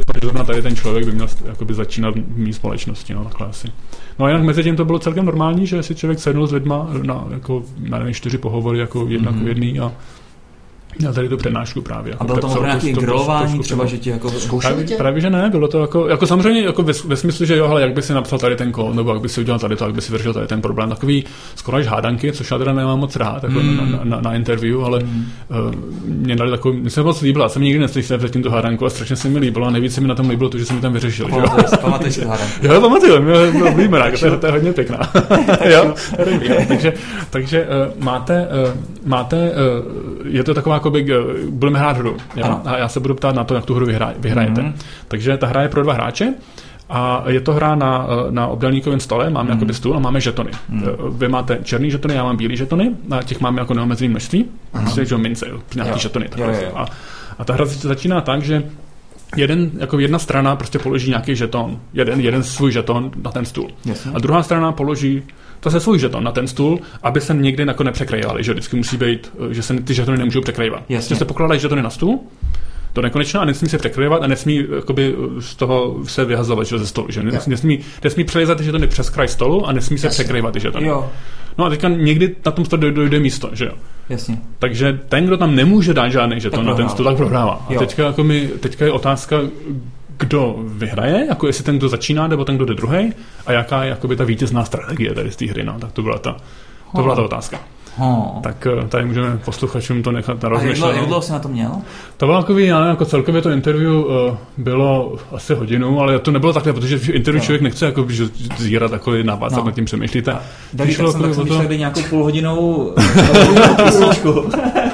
proč zrovna tady ten člověk by měl jakoby začínat v mý společnosti, no takhle asi. No a jinak mezi tím to bylo celkem normální, že si člověk sednul s lidma na, jako, na nevím, čtyři pohovory jako jedna mm-hmm. jedný a já tady tu přednášku právě. A bylo to možná nějaké grilování třeba, že ti jako zkoušeli tě? Právě, že ne, bylo to jako, jako samozřejmě jako ve, ve smyslu, že jo, ale jak by si napsal tady ten kód, nebo jak by si udělal tady to, jak by si vyřešil tady ten problém, takový skoro až hádanky, což já teda nemám moc rád jako mm. na, na, na, interview, ale mm. uh, mě dali takovou, mě se moc líbilo, já jsem nikdy neslyšel předtím tu hádanku a strašně se mi líbilo a nejvíc se mi na tom líbilo to, že jsem mi tam vyřešil. Pamatuješ si hádanku? Jo, pamatuju, mě víme, to, to je hodně pěkná. Jo, takže, takže uh, máte, uh, máte uh, je to taková jako by, budeme hrát hru. A já se budu ptát na to, jak tu hru vyhra, vyhrajete. Mm-hmm. Takže ta hra je pro dva hráče a je to hra na, na obdélníkovém stole, máme mm-hmm. jakoby stůl a máme žetony. Mm-hmm. Vy máte černý žetony, já mám bílý žetony a těch máme jako neomezený množství. Prostě, že mince, nějaký jo. žetony. Jo, jo, jo. A, a ta hra začíná tak, že jeden, jako jedna strana prostě položí nějaký žeton, jeden, jeden svůj žeton na ten stůl. Jasně. A druhá strana položí to se svůj žeton na ten stůl, aby se někdy jako nepřekrývali, že vždycky musí být, že se ty žetony nemůžou překrývat. Že se pokládají žetony na stůl, to nekonečná a nesmí se překrývat a nesmí jakoby, z toho se vyhazovat že, ze stolu. Že? Nesmí, nesmí, nesmí přelizat ty žetony přes kraj stolu a nesmí se Jasně. překrývat ty žetony. Jo. No a teďka někdy na tom stolu dojde, dojde místo, že jo. Jasně. Takže ten, kdo tam nemůže dát žádný žeton na ten stůl, tak prohrává. A teďka, jako mi, teďka je otázka, kdo vyhraje, jako jestli ten, kdo začíná, nebo ten, kdo jde druhej, a jaká je jakoby ta vítězná strategie tady z té hry, no, tak to byla ta, to byla ta otázka. Oh. Tak tady můžeme posluchačům to nechat na rozmyšlenou. A jak dlouho jsi na to měl? To bylo takový, já nevím, jako celkově to interview uh, bylo asi hodinu, ale to nebylo takhle, protože v interview no. člověk nechce jako zírat takový nápad, no. nad tím přemýšlíte. Tak jsem tak přemýšlel, kdy nějakou půlhodinou písničku.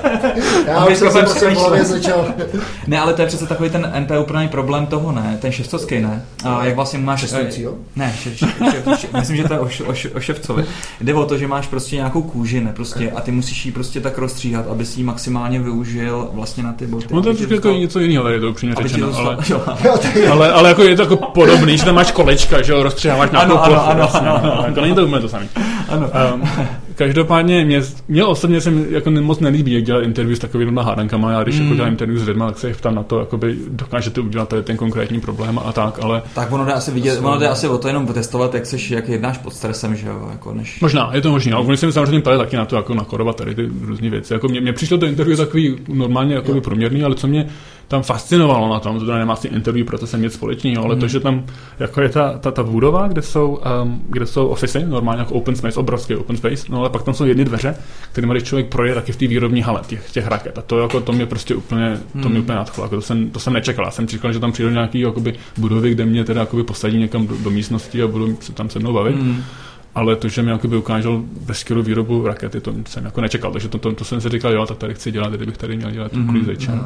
Já už jsem se v začal. Ne, ale to je přece takový ten N P úplný problém toho, ne? Ten ševcovský, ne? A jak vlastně máš... Šestovcí, jo? Ne, šev, šev, šev, myslím, že to je o, o, o ševcovi. Jde o to, že máš prostě nějakou kůži, ne? Prostě, a ty musíš ji prostě tak rozstříhat, aby si ji maximálně využil vlastně na ty boty. No to je prostě jako něco jiného, tady je to upřímně řečeno, ale, ale, ale jako je to jako podobný, že tam máš kolečka, že jo, rozstřiháváš na ano, ano, ano, ano, ano, ano. To není to úplně to samé. Ano. Um, každopádně mě, mě osobně se jako moc nelíbí, jak dělat interview s takovými hádankama. Já když mm. jako dělám interview s lidma, tak se jich ptám na to, jakoby dokážete udělat tady ten konkrétní problém a tak, ale... Tak ono jde asi vidět, ono jde asi o to jenom testovat, jak seš, jak jednáš pod stresem, že jo, jako než... Možná, je to možné, ale oni se mi samozřejmě ptali taky na to, jako nakorovat tady ty různé věci. Jako mě, mě přišlo to interview takový normálně jako průměrný, ale co mě tam fascinovalo na tom, to nemá asi interview, proto jsem nic společného, ale mm. to, že tam jako je ta, ta, ta budova, kde jsou, um, kde jsou office, normálně jako open space, obrovský open space, no ale pak tam jsou jedny dveře, kterými když člověk projde taky v té výrobní hale těch, těch raket. A to jako to mě prostě úplně, to mě úplně nadchlo. Jako to jsem, to jsem nečekal. Já jsem čekal, že tam přijde nějaký jakoby budovy, kde mě teda jakoby posadí někam do, do místnosti a budou se tam se mnou bavit. Mm. Ale to, že mi jakoby ukázal veškerou výrobu rakety, to jsem jako nečekal. Takže to, to, to jsem si říkal, jo, tak tady chci dělat, kdybych tady měl dělat mm. uklízeče.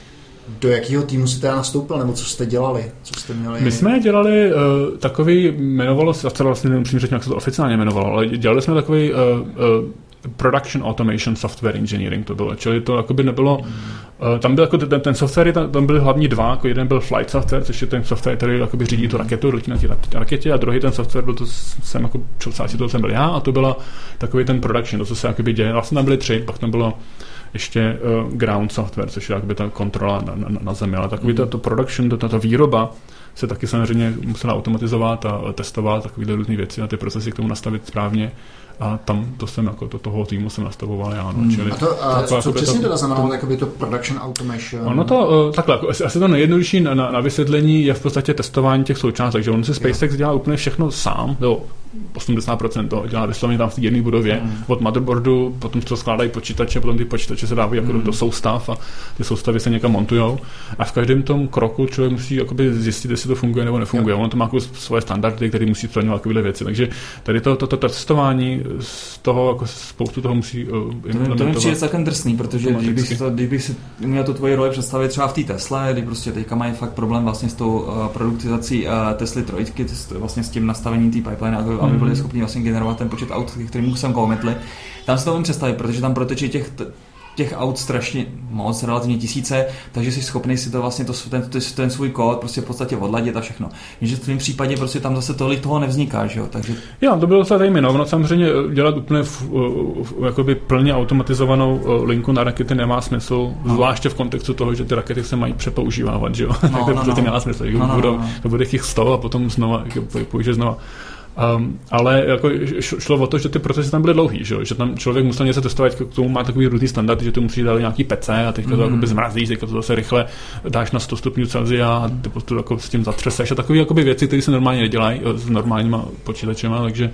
Do jakého týmu jste nastoupil, nebo co jste dělali? Co jste měli? My jsme dělali uh, takový, jmenovalo se, vlastně nemusím říct, jak se to oficiálně jmenovalo, ale dělali jsme takový uh, uh, Production Automation Software Engineering to bylo, čili to jakoby nebylo, mm. uh, tam byl jako ten, ten software, tam, tam byly hlavní dva, jako jeden byl flight software, což je ten software, který jakoby řídí tu raketu, letí na té raketě, a druhý ten software byl to, jsem jako části toho jsem byl já, a to byla takový ten production, to, co se jakoby děje, vlastně tam byly tři, pak tam bylo ještě uh, ground software, což je jakoby ta kontrola na, na, na zemi, ale takový mm. to, to production, to, ta výroba se taky samozřejmě musela automatizovat a testovat takovýhle různé věci a ty procesy k tomu nastavit správně. A tam to jsem jako to toho týmu jsem nastavoval já. No, čili a to, a co, co přesně teda znamenalo jakoby to production automation? Ono to, takhle, jako, asi to nejjednodušší na, na, na vysvětlení je v podstatě testování těch součástek, takže on si SpaceX dělá úplně všechno sám, jo, osmdesát procent to dělá vysloveně tam v jedné budově, mm. od motherboardu, potom to skládají počítače, potom ty počítače se dávají jako mm. do, do soustav a ty soustavy se někam montujou a v každém tom kroku člověk musí jakoby zjistit, jestli to funguje nebo nefunguje. Jo. Ono to má jako svoje standardy, které musí splňovat takové věci, takže tady to, to, to, to testování z toho jako spoustu toho musí uh, implementovat. To mi přijde celkem drsný, protože když bych, to, když bych si měl tu tvoji roli představit třeba v té Tesle, kdy prostě teďka mají fakt problém vlastně s tou uh, produktizací uh, Tesly trojky, vlastně s tím nastavením té pipeline, aby, mm. aby byli schopni vlastně generovat ten počet aut, kterým jsem komitli. Tam si to umím představit, protože tam protočí těch t- těch aut strašně moc, relativně tisíce, takže jsi schopný si to vlastně to, ten, ten svůj kód prostě v podstatě odladit a všechno. Jenže v tvém případě prostě tam zase tolik toho nevzniká, že jo? Takže... Jo, to bylo docela zajímavé. No, samozřejmě dělat úplně v, v, jakoby plně automatizovanou linku na rakety nemá smysl, no. Zvláště v kontextu toho, že ty rakety se mají přepoužívávat, že jo? No, tak to no, prostě no. nemá smysl. No, no, no, no. To bude jich sto a potom znova, použije znova. Um, ale jako šlo o to, že ty procesy tam byly dlouhý, že, že tam člověk musel něco testovat, k tomu má takový různý standard, že to musí dát nějaký P C a teďka to mm. zmrazíš, teďka to zase rychle dáš na sto stupňů Celsia a ty prostě jako s tím zatřeseš a takové jakoby věci, které se normálně nedělají s normálníma počítačema, takže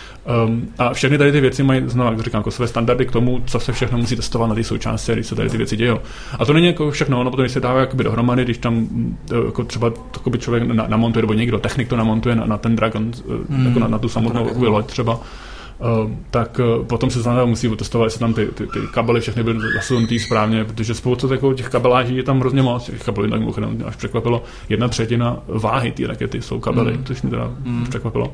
Um, a všechny tady ty věci mají, znovu, jak říkám, jako své standardy k tomu, co se všechno musí testovat na té součástce, když se tady ty věci dějou. A to není jako všechno, ono potom, když se dává jakoby dohromady, když tam jako třeba takový člověk na, namontuje, nebo někdo, technik to namontuje na, na ten Dragon, mm. jako na, na tu samotnou na loď třeba, Uh, tak uh, potom se znamená musí otestovat, jestli tam ty, ty, ty kabely všechny byly zasunutý správně, protože spoustu těch kabeláží je tam hrozně moc, těch kabelů, tak mimochodem až překvapilo, jedna třetina váhy té rakety jsou kabely, mm. což mě teda mm. překvapilo.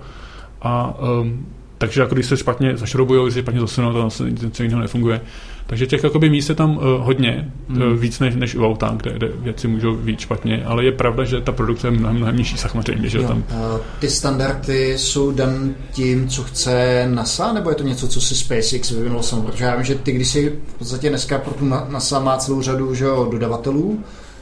A um, takže jako když se špatně zašroubujou, když se špatně zasunou, to zase něco jiného nefunguje. Takže těch jakoby míst je tam uh, hodně, hmm. uh, víc než, než u auta, kde, kde věci můžou být špatně, ale je pravda, že ta produkce je mnohem, mnohem nižší samozřejmě. Že tam... uh, ty standardy jsou dan tím, co chce NASA, nebo je to něco, co si SpaceX vyvinul sam? Protože já vím, že ty, když si v podstatě dneska pro tu NASA má celou řadu že jo, dodavatelů,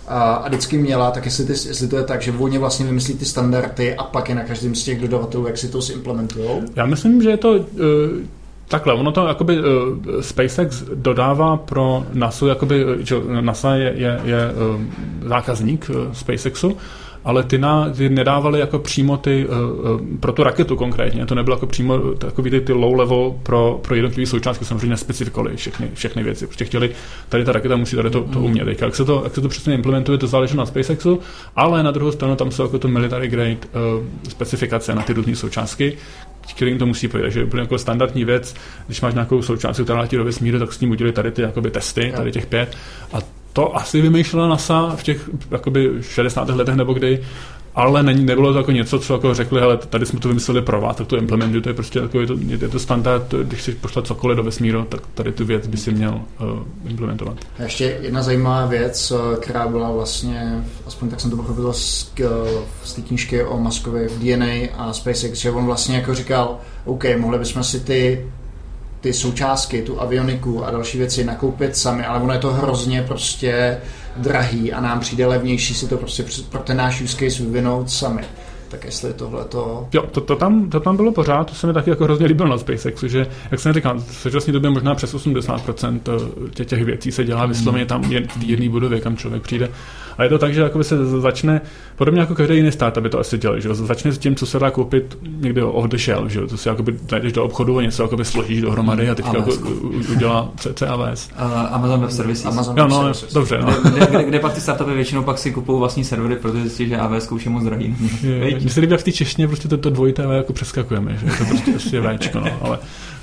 a vždycky měla, tak jestli, ty, jestli to je tak, že oni vlastně vymyslí ty standardy a pak je na každém z těch dodavatelů, jak si to zimplementujou? Já myslím, že je to uh, takhle, ono to jakoby uh, SpaceX dodává pro NASA, jakoby, že NASA je, je, je uh, zákazník uh, SpaceXu, ale ty, na, ty nedávali jako přímo ty, uh, pro tu raketu konkrétně, to nebylo jako přímo takový ty, ty low level pro, pro jednotlivé součástky, samozřejmě nespecifikovali všechny, všechny věci, protože chtěli, tady ta raketa musí tady to, to umět. Teď, jak, se to, jak se to přesně implementuje, to záleží na SpaceXu, ale na druhou stranu tam jsou jako to military grade uh, specifikace na ty různé součástky, kterým to musí pojít. Takže je úplně jako standardní věc, když máš nějakou součástku, která letí do vesmíru, tak s ním udělali tady ty jakoby, testy, tady těch pět. A to asi vymýšlela NASA v těch jakoby šedesátých letech nebo kdy, ale ne, nebylo to jako něco, co jako řekli, hele, tady jsme to vymysleli pro vás, tak to implementuju, to je prostě jako, je to, je to standard, když si pošlat cokoliv do vesmíru, tak tady tu věc by si měl uh, implementovat. A ještě jedna zajímavá věc, která byla vlastně, aspoň tak jsem to pochopil z, z té knížky o Muskovi v D N A a SpaceX, že on vlastně jako říkal, OK, mohli bychom si ty ty součástky, tu avioniku a další věci nakoupit sami, ale ono je to hrozně prostě drahý a nám přijde levnější si to prostě pro ten náš use case vyvinout sami. Tak jestli tohle to... Jo, to, to, tam, to tam bylo pořád, to se mi taky jako hrozně líbilo na SpaceXu, že, jak jsem říkal, v současné době možná přes osmdesát procent těch, těch věcí se dělá vysloveně tam v jedné budově, kam člověk přijde. A je to tak, že jakoby se začne, podobně jako každý jiný stát, aby to asi dělali, že začne s tím, co se dá koupit někde off the shelf, že to si jakoby najdeš do obchodu a něco jakoby složíš dohromady a teďka jako udělá C A V S. Uh, Amazon Web Services. Amazon jo, no, Services. Dobře. No. Kde, kde, kde pak ty startupy většinou pak si kupují vlastní servery, protože zjistí, že A W S už je moc drahý. Mně se líbí, jak v té češtině prostě to, to dvojité V jako přeskakujeme, že to prostě, prostě je Včko, no, ale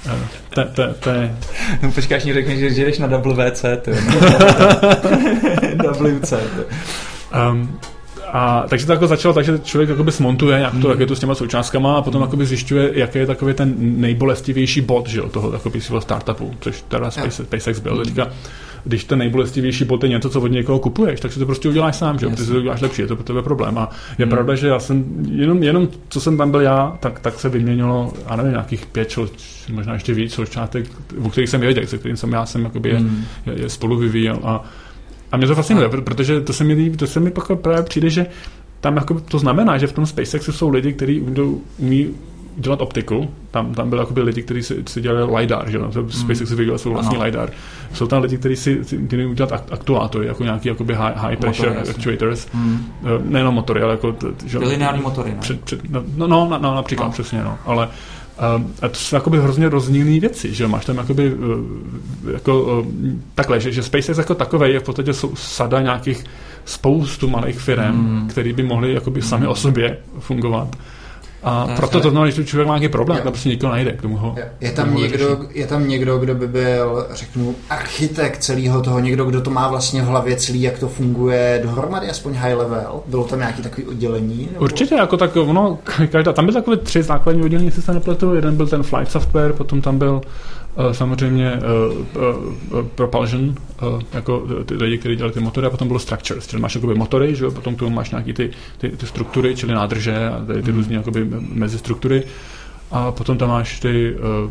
to je... No počkáš, mi řekneš, že jdeš na W C, to W C, to. Um, a takže to jako začalo tak, že člověk jakoby smontuje nějak tu raketu s těma součástkama a potom jakoby zjišťuje, jaký je takový ten nejbolestivější bod, že jo, toho jakoby svého startupu, což teda Space, SpaceX byl. Teďka, když ten nejbolestivější bod je něco, co od někoho kupuješ, tak si to prostě uděláš sám, že jo, protože to uděláš lepší, je to pro tebe problém. A je hmm. pravda, že já jsem, jenom, jenom co jsem tam byl já, tak, tak se vyměnilo, já nevím, nějakých pět, čel, možná ještě víc součástek, o kterých jsem věděl, se kterým jsem já jsem jakoby hmm. je, je, je spolu vyvíjel a A mě to fascinuje, protože to se mi, to se mi pak právě přijde, že tam jako to znamená, že v tom SpaceXu jsou lidi, kteří umí dělat optiku. Tam, tam byli jakoby lidi, kteří si, si dělali lidar, že mm. SpaceX vyvíjel svůj vlastní lidar. Jsou tam lidi, kteří si umí dělat aktuátory, jako nějaký jakoby high, high pressure motory, actuators. Mm. Nejenom motory, ale jako... lineární motory, ne? Před, před, no, no, no, no, například, no. přesně, no. Ale Um, a to jsou jakoby hrozně rozdílné věci, že máš tam jakoby uh, jako uh, takhle, že, že SpaceX jako takovej je v podstatě sada nějakých spoustu malých firem, mm. který by mohly jakoby mm. sami o sobě fungovat. A ne, proto to znamená, že člověk má nějaký problém, tam prostě někdo najde, k tomu ho... Je tam, někdo, je tam někdo, kdo by byl, řeknu, architekt celého toho, někdo, kdo to má vlastně v hlavě celý, jak to funguje dohromady, aspoň high level? Bylo tam nějaký takový oddělení? Nebo? Určitě, jako tak, ono, každá, tam byly takové tři základní oddělení, jestli se nepletu, jeden byl ten flight software, potom tam byl samozřejmě uh, uh, propulsion, uh, jako ty lidi, kteří dělali ty motory, a potom bylo structures, čili máš jakoby motory, že? Potom k tomu máš nějaký ty, ty, ty struktury, čili nádrže a ty, ty mm. různé jakoby mezistruktury, a potom tam máš ty uh,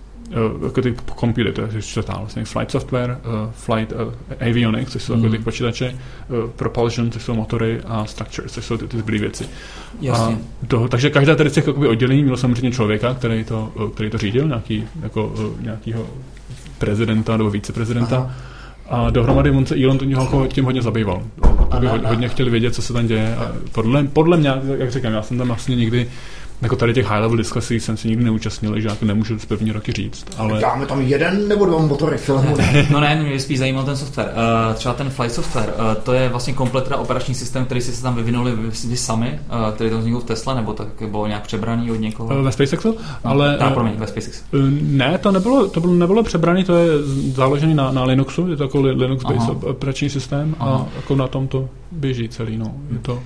Uh, jako ty computer, to je čtvrtá vlastně, flight software, uh, flight uh, avionics, což jsou mm. jako ty počítače, uh, propulsion, což jsou motory, a structures, což jsou ty, ty zbylé věci. Jasně. A toho, takže každá tady z těch oddělení mělo samozřejmě člověka, který to, uh, který to řídil, nějaký, jako, uh, nějakýho prezidenta nebo viceprezidenta. Aha. A dohromady on se Elon toho tím hodně zabýval. To by hodně chtěli vědět, co se tam děje. A podle, podle mě, jak říkám, já jsem tam vlastně nikdy jako tady těch high-level diskusí jsem si nikdy neúčastnil, že jako nemůžu z první roky říct. Ale... Dáme tam jeden nebo dva motory filmu? No ne, mě spíš zajímal ten software. Uh, třeba ten flight software, uh, to je vlastně komplet operační systém, který si se tam vyvinuli vy sami, uh, který tam vznikl v Tesla, nebo tak bylo nějak přebraný od někoho? Ve SpaceXu? Ale... No, promiň, ve SpaceX. Ne, to nebylo, to bylo, nebylo přebraný, to je založený na, na Linuxu, je to jako Linux-based operační systém. Aha. A jako na tom to běží celý, no. Je to...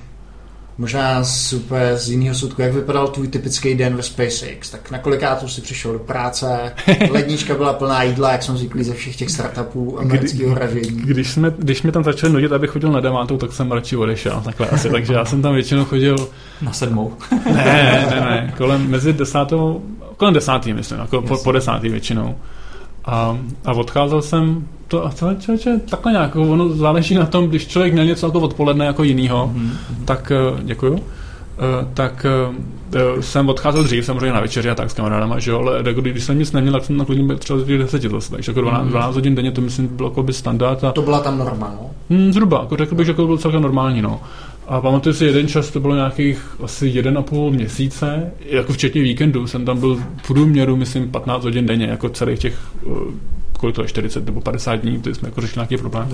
Možná super z jiného soudku, jak vypadal tvůj typický den ve SpaceX, tak na kolikátu si přišel do práce, lednička byla plná jídla, jak jsem zvyklý ze všech těch startupů amerického ražení. Když jsme, když jsme tam začali nudit, abych chodil na devátou, tak jsem radši odešel, takhle asi, takže já jsem tam většinou chodil... Na sedmou? ne, ne, ne, kolem mezi desátou, kolem desátý, myslím, jako po, po desátý většinou. A, a odcházel jsem, to, a to člověče, takhle nějak, ono záleží na tom, když člověk měl něco jako odpoledne jako jinýho, mm-hmm. tak, děkuju, uh, tak uh, jsem odcházel dřív, samozřejmě na večeři a tak s kamarádama, že jo, ale jako, když jsem nic neměl, tak jsem na klidně třeba deset zase, takže jako dvanáct, dvanáct hodin denně, to myslím bylo jako by standard. A, to byla tam norma, no? Hmm, zhruba, jako řekl bych, že to bylo celkem normální, no. A pamatuju si jeden čas, to bylo nějakých asi jeden a půl měsíce, jako včetně víkendu, jsem tam byl v průměru, myslím, patnáct hodin denně, jako celých těch, kolik to je, čtyřicet nebo padesát dní, to jsme jako řešili nějaký problém.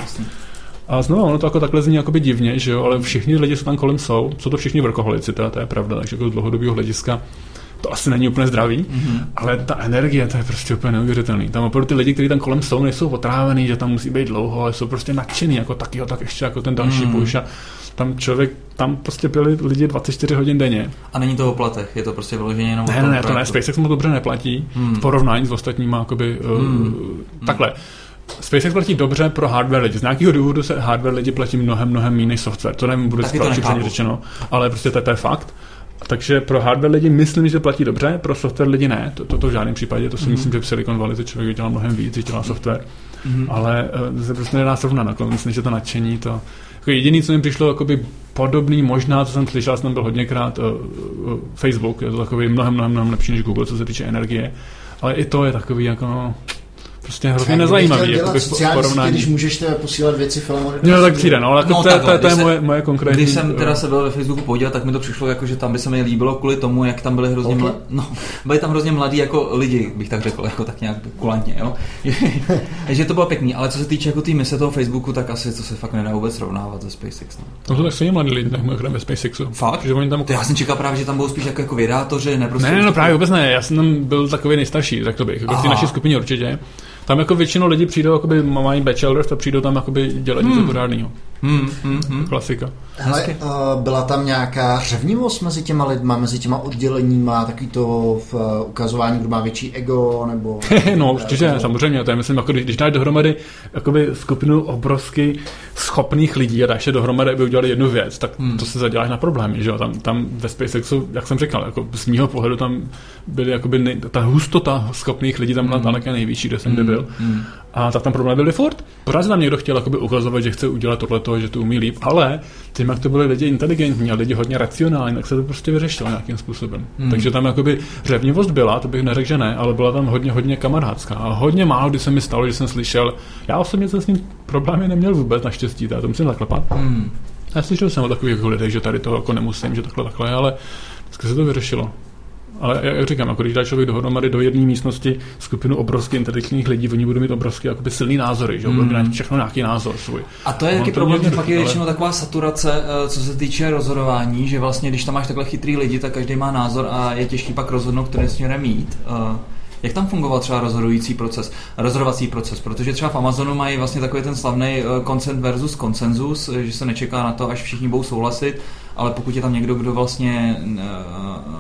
A znovu, ono to jako takhle zní jakoby divně, že jo, ale všichni lidi, co tam kolem jsou, jsou to všichni workoholici, teda to je pravda, takže jako z dlouhodobého hlediska to asi není úplně zdravý, mm-hmm. ale ta energie, to je prostě úplně neuvěřitelný. Tam opravdu ty lidi, kteří tam kolem jsou, nejsou otrávený, že tam musí být dlouho, ale jsou prostě nadšený, jako taky, tak ještě jako ten další mm. push. A tam člověk, tam prostě byli lidi dvacet čtyři hodin denně. A není to o platech, je to prostě vyloženě jenom ne, o tom ne, to ne, SpaceX mu dobře neplatí, mm. v porovnání s ostatníma, jakoby, mm. uh, takhle. SpaceX platí dobře pro hardware lidi. Z nějakého důvodu se hardware lidi platí mnohem, mnohem méně než software. To nevím, bude správně řečeno, ale prostě to, to je fakt. Takže pro hardware lidi myslím, že platí dobře, pro software lidi ne, to, to, to v žádném případě, to si mm-hmm. myslím, že v Silicon Valley to člověk dělá mnohem víc, když dělá software, mm-hmm. ale uh, se prostě nedá srovnat, jako, myslím, že to nadšení, to jako jediný, co mi přišlo jakoby podobný, možná, co jsem slyšel, jsem byl hodněkrát, uh, uh, Facebook, je to takový mnohem, mnohem, mnohem lepší než Google, co se týče energie, ale i to je takový jako no, prostě hrozně nezajímavý. Jako sociální, když můžeš teda posílat věci filmu. No tak přijde, no, ale jako no, to, takhle, to je moje, moje konkrétní... Když jsem teda se byl ve Facebooku podívat, tak mi to přišlo jako, že tam by se mi líbilo kvůli tomu, jak tam byli hrozně okay. mladí, no, byli tam hrozně mladí jako lidi, bych tak řekl, jako tak nějak kulantně, jo. že to bylo pěkný, ale co se týče jako té mise toho Facebooku, tak asi to se fakt nedá vůbec srovnávat ze SpaceX. No. To jsou tak stejně mladí lidi, tak ve SpaceXu. Fakt? Že oni tam... To já jsem čekal právě, že tam budou spíš jako, jako vědátoři, ne prostě... Ne, no právě vůbec ne, já jsem tam byl takový nejstarší, tak to bych, jako v té naší skupině určitě. Tam jako většinou lidi přijdou, jakoby mají bachelors a přijdou tam jakoby dělat něco hmm. pořádného. Hmm, hmm, hmm. Klasika. Hele, uh, byla tam nějaká řevnivost mezi těma lidma, mezi těma odděleníma, takový to v uh, ukazování, kdo má větší ego, nebo... no určitě, to... samozřejmě, to je myslím, jako když, když dáš dohromady jakoby skupinu obrovsky schopných lidí a dáš je dohromady, aby udělali jednu věc, tak hmm. to se zaděláš na problémy, že jo, tam, tam ve SpaceXu, jak jsem říkal, jako z mýho pohledu tam byly jakoby nej, ta hustota schopných lidí tam byla hmm. daleko nejvyšší, kde jsem hmm. byl. Hmm. A tak tam problémy byly furt. Pořád se tam někdo chtěl jakoby ukazovat, že chce udělat tohleto, že to umí líp, ale tím, jak to byli lidi inteligentní a lidi hodně racionální, tak se to prostě vyřešilo nějakým způsobem. Hmm. Takže tam jakoby řevnivost byla, to bych neřekl, že ne, ale byla tam hodně, hodně kamarádská. A hodně málo, kdy se mi stalo, že jsem slyšel, já osobně jsem s ním problémy neměl vůbec, naštěstí, já to musím zaklepat. Hmm. Já slyšel jsem o takových lidech, že tady to jako nemusím, že takhle, takhle, ale vždycky se to vyřešilo. Ale jak říkám, jako když dá člověk dohromady do jedné místnosti skupinu obrovských inteligentních lidí, oni budou mít obrovské jakoby silný názory, že budou mít všechno nějaký názor svůj. A to je taky problém, že fakt je většinou taková saturace, co se týče rozhodování, že vlastně když tam máš takhle chytrý lidi, tak každý má názor a je těžký pak rozhodnout, který směrem jít. Jak tam fungoval třeba rozhodující proces, rozhodovací proces, protože třeba v Amazonu mají vlastně takový ten slavný consent versus konsenzus, že se nečeká na to, až všichni budou souhlasit, ale pokud je tam někdo, kdo vlastně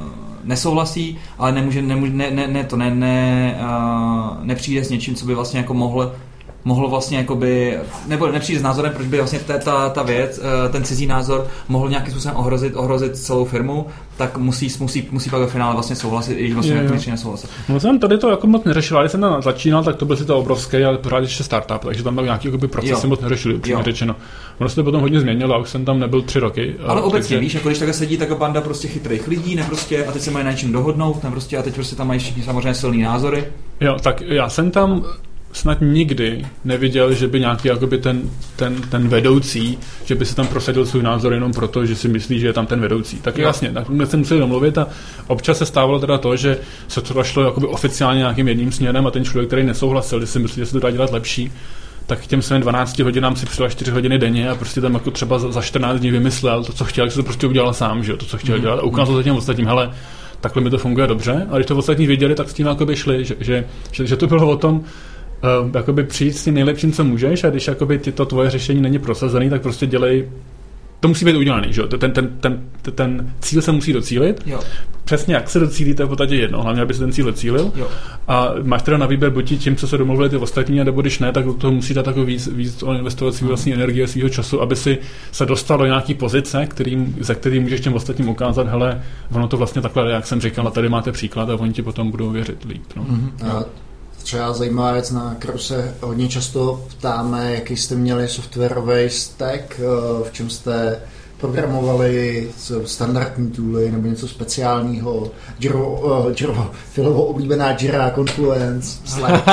nesouhlasí, ale nemůže, nemůže ne, ne, ne, to ne, ne, uh, nepřijde s něčím, co by vlastně jako mohl mohl vlastně jakoby, nebo nepřijde s názorem, proč by vlastně ta, ta, ta věc, ten cizí názor mohl nějakým způsobem ohrozit, ohrozit celou firmu, tak musí, musí, musí pak ve finále vlastně souhlasit, i když vlastně většině nesouhlasit. No jsem tady to jako moc neřešil, když jsem tam začínal, tak to byl si to obrovský, ale pořád ještě startup, takže tam byl nějaký jakoby proces, jsem moc neřešil, upřímně řečeno. Ono se to potom hodně změnilo a už jsem tam nebyl tři roky. Ale obecně takže... víš, jako když takhle sedí taková banda prostě chytrých lidí, ne prostě, a teď se mají na něčem dohodnout, ne prostě, a teď prostě tam mají všichni samozřejmě silný názory. Jo, tak já jsem tam snad nikdy neviděl, že by nějaký jakoby ten, ten, ten vedoucí, že by se tam prosadil svůj názor jenom proto, že si myslí, že je tam ten vedoucí. Tak jo. Jasně, tak jsme museli domluvit a občas se stávalo teda to, že se to šlo jakoby oficiálně nějakým jedním směrem a ten člověk, který nesouhlasil, že si myslí, že se to dá dělat lepší, tak k těm svým dvanácti hodinám si přidal čtyři hodiny denně a prostě tam jako třeba za čtrnáct dní vymyslel to, co chtěl, jak se to prostě udělal sám, že jo, to, co chtěl mm. dělat a ukázal to těm ostatním, hele, takhle mi to funguje dobře, a když to ostatní věděli, tak s tím jakoby šli, že, že, že, že to bylo o tom, Uh, jakoby přijít s tím nejlepším, co můžeš, a když jakoby ty, to tvoje řešení není prosazený, tak prostě dělej, to musí být udělaný, že jo? Ten, ten, ten, ten cíl se musí docílit. Jo. Přesně jak se docílí, to je v podstatě jedno, hlavně aby se ten cíl docílil. Jo. A máš teda na výběr buď tím, co se domluvili ty ostatní, a nebo když ne, tak do toho musí dát jako víc, víc investovat svý vlastní energie, svýho času, aby si se dostal do nějaký pozice, kterým, za který můžeš těm ostatním ukázat, hele, ono to vlastně takhle, jak jsem říkal, a tady máte příklad a oni ti potom budou věřit líp. No. Mm-hmm. Třeba zajímavá věc, na kterou se hodně často ptáme, jaký jste měli softwarový stack, v čem jste programovali standardní tooly nebo něco speciálního, Jiro, Jiro, Filovo oblíbená Jira, Confluence, Slack.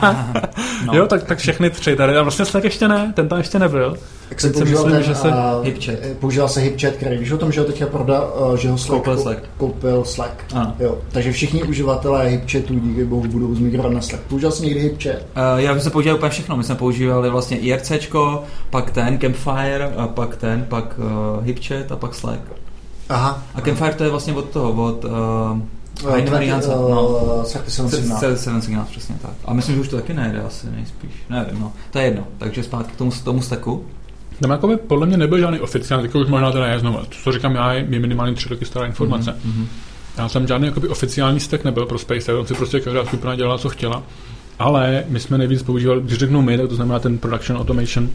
No. Jo, tak, tak všechny tři tady. A vlastně Slack ještě ne, ten tam ještě nebyl. Jak jsem používal myslím, ten, že se HipChat. Používal se HipChat, který víš o tom, že ho teďka prodal, že ho Slack koupil Slack. Koupil Slack. Jo, takže všichni uživatelé HipChatu díky bohu budou zmigrovat na Slack. Používal jsi někdy HipChat? Uh, já bych se používal úplně všechno. My jsme používali vlastně IRCčko, pak ten Campfire, a pak ten, pak uh, HipChat a pak Slack. Aha. A Campfire to je vlastně od toho, od uh, Heinemann Jansa. No. sedm Signals, přesně tak. A myslím, že už to taky nejde asi, nejspíš. Nevím, no. To je jedno. Takže zpátky k tomu, tomu stacku. Tam jakoby podle mě nebyl žádný oficiální, takový už možná teda je znovu. Co říkám já, je minimálně tři roky stará informace. Mm-hmm. Já tam žádný jakoby oficiální stack nebyl pro Space, on si prostě každá skupina dělala, co chtěla. Ale my jsme nejvíc používali, když řeknu my, tak to znamená ten production automation.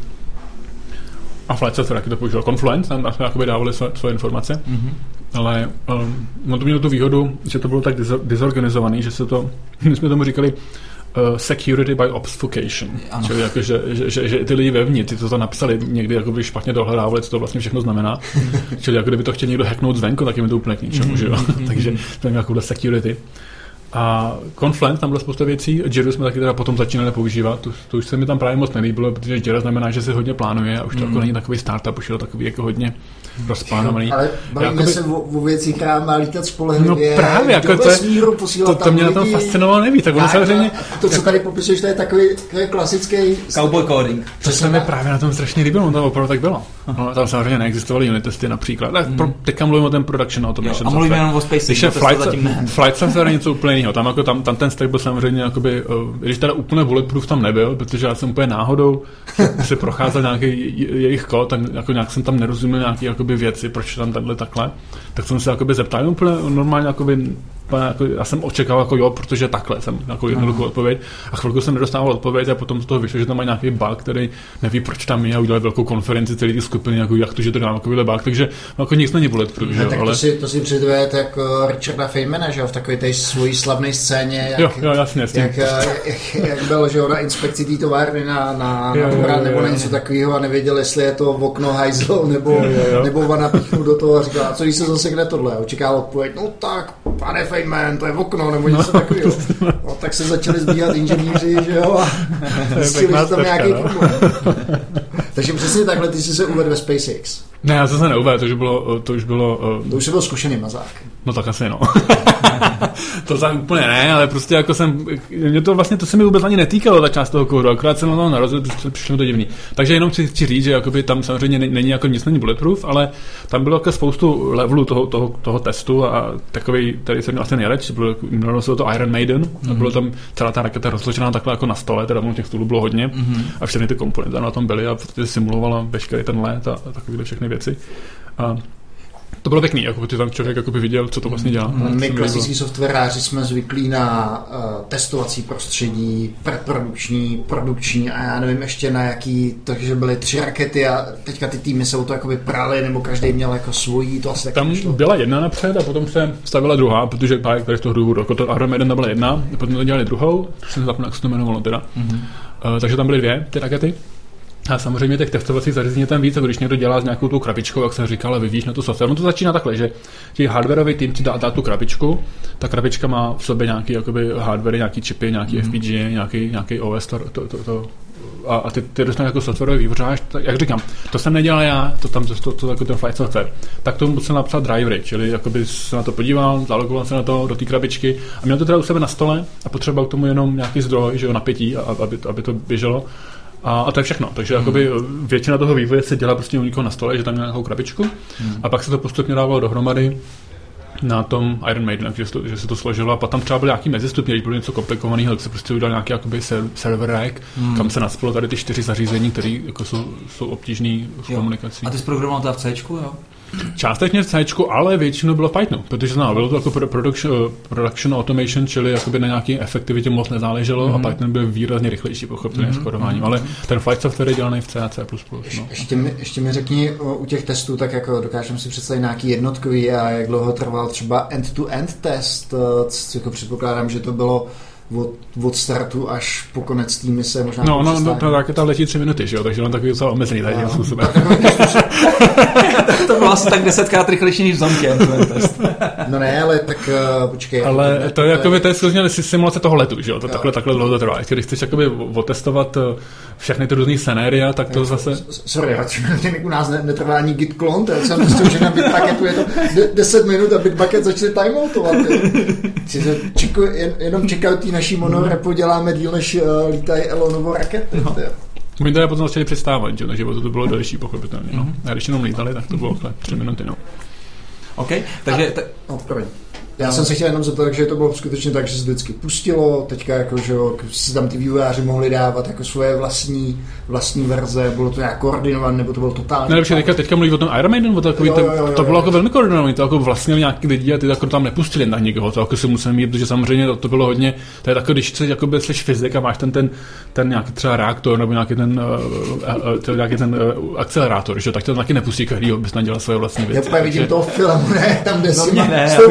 A Flight Software taky to používal. Confluence, tam jsme jakoby dávali své, své informace. Mm-hmm. Ale um, on to mělo tu výhodu, že to bylo tak disorganizovaný, že se to, my jsme tomu říkali uh, security by obfuscation. Ano. Čili jako, že, že, že, že ty lidi vevnitř, ty to, to napsali někdy jako špatně dohledávali, co to vlastně všechno znamená. Čili jako kdyby to chtěl někdo hacknout zvenku, tak jim to úplně k ničemu, že jo. Takže to je nějakou security. A Confluence, tam byla spousta věcí, Jira jsme taky teda potom začínali používat, to, to už se mi tam právě moc nelíbilo, protože Jira znamená, že se hodně plánuje a už to mm. jako není takový startup, už je to takový jako hodně rozplánovaný. Ale bavíme jakoby, se o, o věci, která má lítat spolehlivě, no právě, jako to, smíru, to, to mě na tom fascinovalo nejvíc. Tak ono samozřejmě, to, co tady popisuješ, to je takový, takový klasický cowboy coding. To se mi právě na tom strašně líbilo, to opravdu tak bylo. No, tam samozřejmě neexistovaly unit testy například. Tak mm. pro, teďka mluvím o ten production automation. A mluvíme jenom o Space. Když je Flight Software je něco úplně jiného. Tam, jako, tam, tam ten stack byl samozřejmě, jakoby, když teda úplně bulletproof tam nebyl, protože já jsem úplně náhodou se procházel nějaký jejich kód, tak jako nějak jsem tam nerozuměl nějaké jakoby věci, proč tam takhle takhle. Tak jsem se jakoby zeptal, úplně normálně jakoby, jako, já jsem očekával jako jo, protože takhle jsem jako jednoduchou odpověď a chvilku jsem nedostával odpověď a potom z toho vyšlo, že tam má nějaký bug, který neví, proč tam je, a udělali velkou konferenci celé ty skupiny, jako jak to, že to dám takovýhle bug, takže jako nic není bulletproof, že jo, ale... To si, to si předvedete jako Richarda Feynmana, že jo, v takové té svojí slavné scéně, jak, jo, jo, jasně, jak, jak, jak byl, že jo, na inspekci té továrny na, na, jo, na urán, nebo na něco takového a nevěděl, jestli je to v okno hajzl, nebo, jo, jo, jo. nebo vana píchnu do toho a říkal, a co když se zasekne tohle, očekával odpověď, no tak, pane Feynman, to je v okno, nebo něco no, takového. No, tak se začali sbíhat inženýři, že jo, a zjistili, že tam nějaký problém. Takže přesně takhle ty jsi se uvedl ve SpaceX. Ne, já jsem se neuvedl, to už bylo... To už, bylo, uh... to už jsi byl zkušený mazák. No tak asi no. To tak úplně ne, ale prostě jako jsem... Mě to vlastně, to se mi vůbec ani netýkalo, ta část toho kódu, akorát jsem na to narazil, přišlo mi to divný. Takže jenom chci, chci říct, že jakoby tam samozřejmě není jako nic není bulletproof, ale tam bylo jako spoustu levelů toho, toho, toho testu a takový, tady jsem měl asi nejradši, jmenovalo se to Iron Maiden, mm-hmm. a bylo tam celá ta raketa rozložená takhle jako na stole, teda těch stolů bylo hodně, mm-hmm. a všechny ty komponenty na tom byly a prostě simulovala veškerý ten let a, a takovýhle všechny věci. A To bylo pěkný, jako ty tam člověk jako by viděl, co to vlastně dělá. Mm. My klasický softwaráři jsme zvyklí na uh, testovací prostředí, preprodukční, produkční a já nevím ještě na jaký, takže byly tři rakety a teďka ty týmy se o to jakoby prali, nebo každý měl jako svojí, to asi tam nešlo. Byla jedna napřed a potom se stavila druhá, protože tady z toho důvodu, jako to Iron Maiden tam byla jedna, a potom to dělali druhou, jsem zapomněl, jak se to jmenovalo teda. Mm-hmm. Uh, takže tam byly dvě ty rakety. A samozřejmě těch testovacích zařízení je tam víc, a když někdo dělá s nějakou tu krabičkou, jak jsem říkal, a vyvíjíš na tu software. No to začíná takhle, že ti hardwareový tým ti dá, dá tu krabičku, ta krabička má v sobě nějaký jakoby hardware, nějaký čipy, nějaký mm. F P G A, nějaký, nějaký O S, to, to, to, to a, a ty, ty dostaneš jako softwarový vývojář, jak říkám, to jsem nedělal já, to tam to, to, to jako ten flight software, tak tomu musel napsat drivery, čili jakoby se na to podíval, zalogoval se na to do té krabičky a měl to teda u sebe na stole a potřeboval k tomu jenom nějaký zdroj, že jo, napětí, a, aby, aby to běželo. A, a to je všechno. Takže hmm. jakoby většina toho vývoje se dělá prostě u někoho na stole, že tam měl nějakou krabičku hmm. a pak se to postupně dávalo dohromady na tom Iron Maiden, že se to, že se to složilo a potom třeba byl nějaký mezistupně, když bylo něco komplikovaného, tak se prostě udělal nějaký jakoby server rack, hmm. kam se naspalo tady ty čtyři zařízení, které jako jsou, jsou obtížný v jo. komunikaci. A ty jsi programoval teda v Cčku, jo? Částečně v Cčku, ale většinou bylo v Pythonu, protože znamená, bylo to jako production, production automation, čili jakoby na nějaké efektivitě moc nezáleželo mm-hmm. a Python byl výrazně rychlejší pochopitelně mm-hmm. s kodováním, ale ten flight software je dělaný v C a C plus plus. No. Ještě, mi, ještě mi řekni u těch testů, tak jako dokážeme si představit nějaký jednotkový a jak dlouho trval třeba end-to-end test, co jako předpokládám, že to bylo Od, od startu až po konec té mise možná. No, no, no, to taky tam letí tři minuty, že jo, takže on takový docela omezený tady tím způsobem. To bylo asi tak desetkrát rychlejší než v Zombě, ten test. No ne, ale tak uh, počkej. Ale to, to je jakoby, to je skutečně simulace toho letu, že jo, to takhle, takhle dlouho to trvá. Když chceš jakoby otestovat všechny ty různý scenéria, tak to jo, zase... Sorry, u nás netrvá ani git clone, to jsem zjistil, že na Bitbucketu je to deset minut a Bitbucket začne timeoutovat. Jenom čekal tý naší monorepo děláme díl, než uh, lítají Elonovo rakety. No. My tady potom začali přistávat, že? Takže to bylo delší pochopitelně. No. A když jenom lítali, tak to bylo tři minuty. No. OK, takže... A, no, promiň. Já no. jsem se chtěl jenom zeptat, že to bylo skutečně tak, že se vždycky pustilo, teďka jako, že si tam ty vývojáři mohli dávat jako svoje vlastní, vlastní verze, bylo to nějak koordinované, nebo to bylo totálně... Nejlepší, teďka, teďka mluví o tom Iron Maiden, o takový, jo, jo, jo, jo, to bylo jo. jako velmi koordinované, to jako vlastně nějaký lidi a ty jako tam nepustili na někoho, to jako si museli mít, protože samozřejmě to, to bylo hodně, to je takové, když jsi jakoby slyš fyzik a máš ten, ten, ten nějaký třeba reaktor nebo nějaký ten, uh, uh, nějaký ten uh, akcelerátor, že? Tak to taky nepustí každý, aby snad dělal svoje vlastní věci. Já vidím toho filmu, ne, tam jde si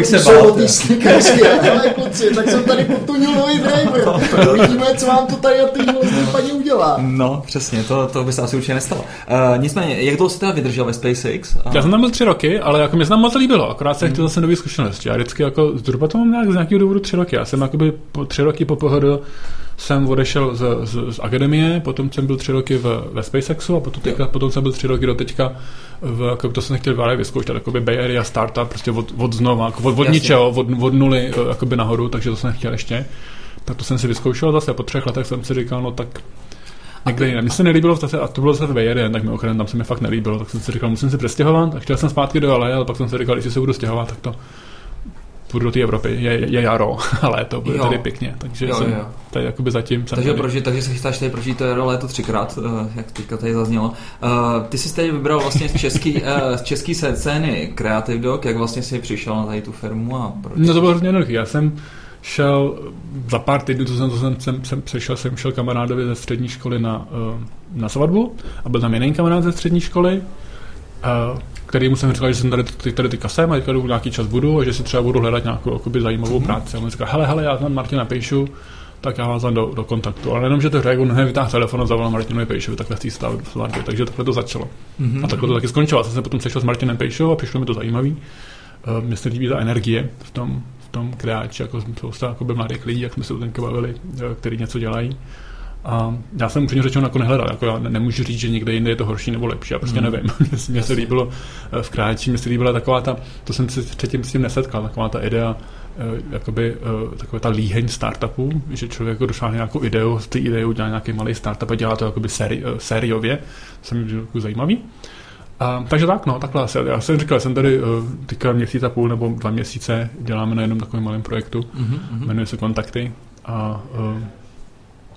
ale kluci, tak jsem tady potunil nový driver. Uvidíme, co vám to tady a ty vlastně paní udělá. No, přesně, to, to by se asi určitě nestalo. Uh, nicméně, jak dlouho jsi teda vydržel ve SpaceX? A... Já jsem tam byl tři roky, ale jako mě se tam moc líbilo, akorát jsem mm. chtěl zase nový zkušenosti. Já vždycky jako, zhruba to mám nějak z nějakého důvodu tři roky. Já jsem jakoby po tři roky po P H D jsem odešel z, z, z akademie, potom jsem byl tři roky v, ve SpaceXu a potom, teďka, potom jsem byl tři roky do teďka v, jako to jsem chtěl právě vyzkoušet, jakoby Bay Area startup, prostě od, od znova, jako od, od ničeho, od, od nuly jakoby nahoru, takže to jsem chtěl ještě. Tak to jsem si vyzkoušel zase, po třech letech jsem si říkal, no tak někde jiné. Mně se nelíbilo zase, a to bylo zase v Bay Area, tak mimochodem tam se mi fakt nelíbilo, tak jsem si říkal, musím se přestěhovat, tak chtěl jsem zpátky do L A, ale pak jsem si říkal, když se budu stěhovat, tak to půjdu do té Evropy, je, je jaro, ale to bude jo. tady pěkně, takže jo, jsem jo. tady jakoby zatím. Takže, proži, takže se chystáš tady prožít to jaro léto třikrát, jak teďka tady zaznělo. Uh, ty jsi tady vybral vlastně z český, uh, z český scény Creative Dog, jak vlastně jsi přišel na tady tu firmu a proč? No to bylo hodně jednoduché, já jsem šel za pár týdnů, to jsem, to jsem, jsem, jsem přešel, jsem šel kamarádovi ze střední školy na, na svatbu a byl tam jiný kamarád ze střední školy, kterýmu jsem říkal, že jsem tady, tady, tady teďka jsem a teďka nějaký čas budu a že si třeba budu hledat nějakou jakoby, zajímavou mm-hmm. práci. A on říkal, hele, hele, já znám Martina Pejšu, tak já vás dám do, do kontaktu. Ale jenom, že to řekl, on hned vytáhl telefon a zavolal Martinovi Pejšovi, takhle z té svatby, takže takhle to začalo. Mm-hmm. A takhle to taky skončilo. Já jsem se potom sešel s Martinem Pejšou a přišlo mi to zajímavý. Uh, Mně se líbí ta energie v tom, v tom kreáči, jako spousta jakoby mladých lidí, jak jsme se o tenka bavili, kteří něco dělají. A já jsem úplně řečeno jako nehledal, jako já nemůžu říct, že někde jinde je to horší nebo lepší, já prostě nevím. Mně se líbilo v Kráči, mně se líbila taková ta, to jsem se předtím s tím nesetkal, taková ta idea, jakoby taková ta líheň startupů, že člověk jako došáhne nějakou ideu, z té idei udělá nějaký malý startup a dělá to jakoby séri, sériově, to se mi jako zajímavý. A, takže tak, no, takhle asi. Já jsem říkal, jsem tady uh, teďka měsíc a půl nebo dva měsíce děláme na jednom takovém malém projektu, mm-hmm. jmenuje se Kontakty a uh,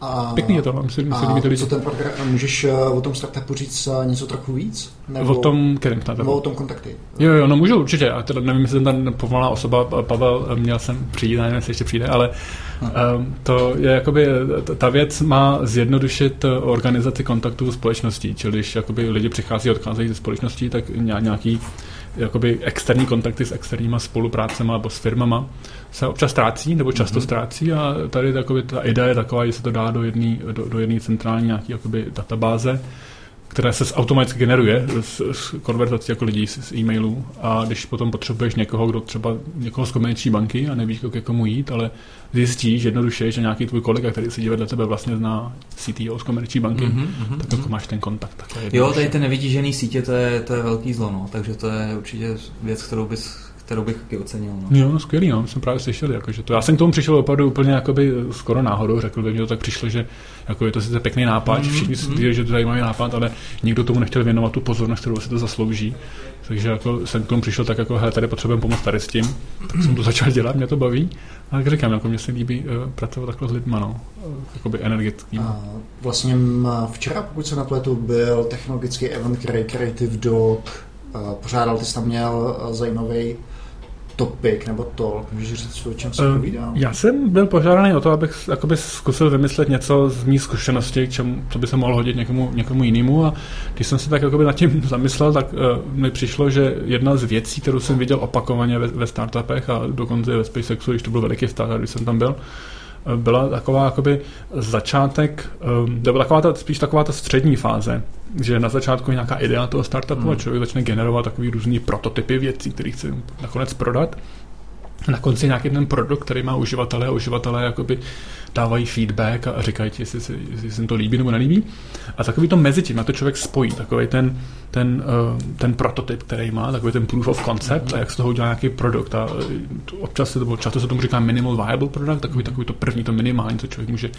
A, Pěkný je to, mám si, a to co ten program, můžeš o tom startupu říct něco trochu víc? Nebo, o tom, kterým startupu? Nebo o tom kontakty. Jo, jo, no můžu určitě, a teda nevím, jestli jsem tam povolená osoba, Pavel, měl jsem přijít, nevím, jestli ještě přijde, ale um, to je jakoby, ta věc má zjednodušit organizaci kontaktů společností, čili když jakoby lidi přichází a odcházejí ze společností, tak nějaký jakoby externí kontakty s externíma spoluprácema nebo s firmama se občas ztrácí, nebo často mm-hmm. ztrácí a tady jakoby, ta idea je taková, že se to dá do jedné do, do jedné centrální nějaký jakoby databáze, která se automaticky generuje z, z konverzací jako lidí z, z e-mailů a když potom potřebuješ někoho, kdo třeba někoho z komerční banky a nevíš, k komu jít, ale zjistíš jednoduše, že nějaký tvůj kolega, který si vedle tebe vlastně zná C T O z komerční banky, mm-hmm, tak mm-hmm. jako máš ten kontakt. Jo, tady ty nevytížený sítě, to je, to je velký zlo, no. Takže to je určitě věc, kterou bys kterou bych taky ocenil. No. Jo, no skvělý, no, jsem právě slyšel, jakože to. Já jsem k tomu přišel opravdu úplně jakoby skoro náhodou, řekl bych, že to tak přišlo, že jako je to sice pěkný nápad, mm-hmm. všichni si říkají, že to zajímavý nápad, ale nikdo tomu nechtěl věnovat tu pozornost, kterou si to zaslouží. Takže jako jsem k tomu přišel tak jako, hele, tady potřebujeme pomoct tady s tím, tak jsem to začal dělat, mě to baví. A jak říkám, jako mě se líbí uh, pracovat takhle s lidma, no, uh, jakoby energetickým. A vlastně včera, pokud se napletu, byl technologický event Creative Dog, uh, pořádal, ty jsi tam měl uh, zajímavý topik nebo to, můžeš říct, o čem se uh, povídá? Já jsem byl požádaný o to, abych jakoby zkusil vymyslet něco z mých zkušeností, k čemu, co by se mohlo hodit někomu, někomu jinému a když jsem se tak jakoby nad tím zamyslel, tak uh, mi přišlo, že jedna z věcí, kterou jsem viděl opakovaně ve, ve startupech a dokonce ve SpaceXu, když to byl veliký startup, když jsem tam byl, byla taková jakoby začátek, byla taková ta, spíš taková ta střední fáze, že na začátku je nějaká idea toho startupu hmm. a člověk začne generovat takový různý prototypy věcí, které chce nakonec prodat. Na konci nějaký ten produkt, který má uživatele a uživatelé jakoby dávají feedback a říkají ti, jestli, jestli, jestli se jim to líbí nebo nelíbí. A takový to mezi tím, a to člověk spojí, takový ten, ten, ten prototyp, který má, takový ten proof of concept a jak z toho udělá nějaký produkt. A občas se to, často se tomu říká minimal viable product, takový, takový to první, to minimální, co člověk může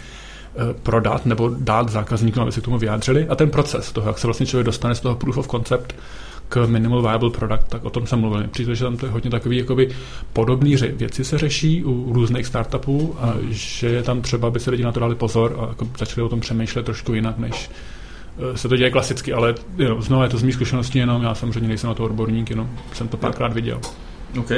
prodat nebo dát zákazníkům, aby se k tomu vyjádřili. A ten proces toho, jak se vlastně člověk dostane z toho proof of concept k minimal viable product, tak o tom jsem mluvil. Přijde, že tam to je hodně takový jakoby podobné věci se řeší u různých startupů a že je tam třeba, aby se lidi na to dali pozor a jako začali o tom přemýšlet trošku jinak, než se to děje klasicky, ale jo, znovu je to z mých zkušeností jenom, já samozřejmě nejsem na to odborník, jenom jsem to párkrát viděl. Okay.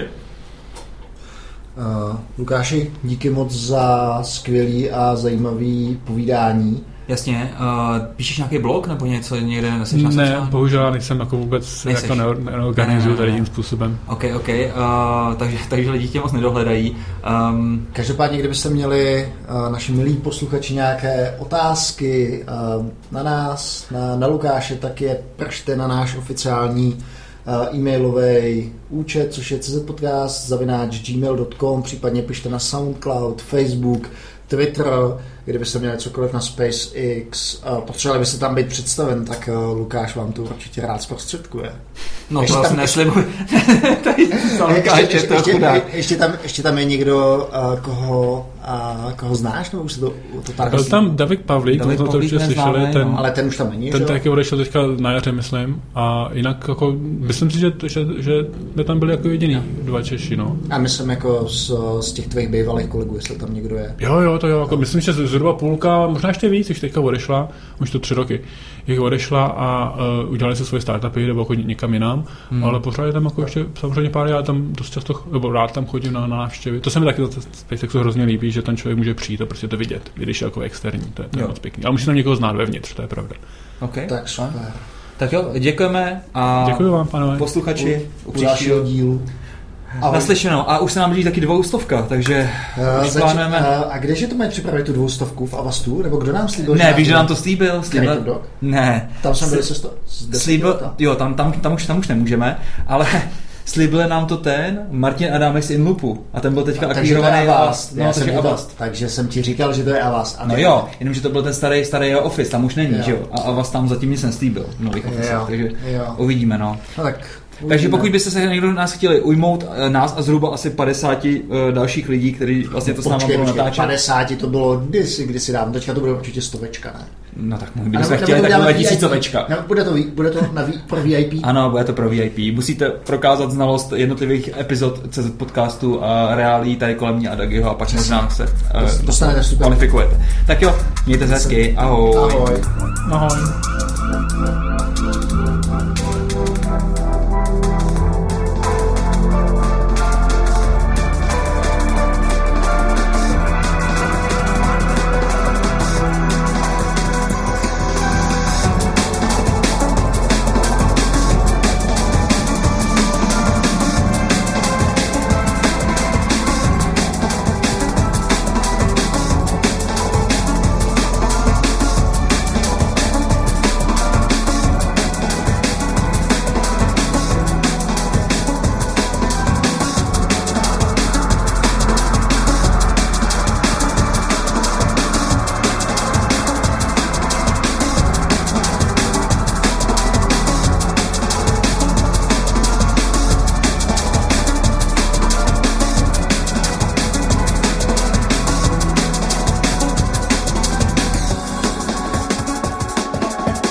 Uh, Lukáši, díky moc za skvělý a zajímavý povídání. Jasně, uh, píšeš nějaký blog nebo něco někde? Neseš na ne, bohužel nejsem jako vůbec jako neorganizuju tady tím způsobem. Ok, ok, uh, takže, takže lidi tě moc nedohledají. Um, Každopádně, kdybyste měli uh, naši milí posluchači nějaké otázky uh, na nás, na, na Lukáše, tak je pržte na náš oficiální uh, e-mailový účet, což je czpodcast zavináč gmail tečka com, případně pište na SoundCloud, Facebook, Twitter, kdybyste měli cokoliv na SpaceX, potřebovali byste tam být představen, tak Lukáš vám to určitě rád zprostředkuje. No ještě to asi neslibuji. ještě, ještě, ještě, ještě, tam, ještě tam je někdo, koho, koho znáš, nebo už se to, to tak byl tam David Pavlík, David to určitě slyšeli, ten, ale ten už tam není, ten taky odešel teďka na jaře, myslím, a jinak jako, myslím si, že, že, že my tam byli jako jediný dva Češi, no. A myslím jako z, z těch tvých bývalých kolegů, jestli tam někdo je. Jo, jo, to jo, jako, myslím, že zhruba půlka, možná ještě víc, když teďka odešla, už to tři roky, jich odešla a uh, udělali se svoje startupy nebo jako někam jinam, hmm. ale pořád je tam jako ještě samozřejmě pár, já tam dost často, nebo rád tam chodím na, na návštěvy. To se mi taky za SpaceXu hrozně líbí, že ten člověk může přijít a prostě to vidět, když je jako externí, to je, to je moc pěkný. Ale musí tam někoho znát vevnitř, to je pravda. Okay. Tak super. Tak jo, děkujeme a děkuji vám, pánové. Posluchači u, u příštího dílu. Naslyšenou. A už se nám blíží taky dvoustovka, takže uh, zač- plánujeme... Uh, a kdeže to mají připravit tu dvoustovku? V Avastu? Nebo kdo nám slíbil? Ne, víš, že nám to slíbil? slíbil... Ne. Tam jsme byli se sto... slíbil... Jo, tam, tam, tam, už, tam už nemůžeme, ale slíbil nám to ten Martin Adámek z Inloopu. A ten byl teďka aktivírovaný Avast. No, takže Avast. Takže jsem ti říkal, že to je Avast. No jo, jenomže to byl ten starý, starý Office, tam už není, jo. Že jo? A Avast tam zatím nic neslíbil v nových Office, takže jo. Uvidíme, no. No tak Takže pokud byste se někdo nás chtěli ujmout, nás a zhruba asi padesát uh, dalších lidí, kteří vlastně to s náma budou natáčet. padesát to bylo kdysi, kdysi dám, teďka to bude určitě stovečka, ne? No tak my bychom chtěli takové tisícovečka. Ne, bude to, bude to na, pro V I P? Ano, bude to pro V I P. Musíte prokázat znalost jednotlivých epizod C Z podcastu a reálí tady kolem mě a Dagiho a pak možná se uh, kvalifikujete. Tak jo, mějte se hezky, ahoj. Ahoj. Ahoj.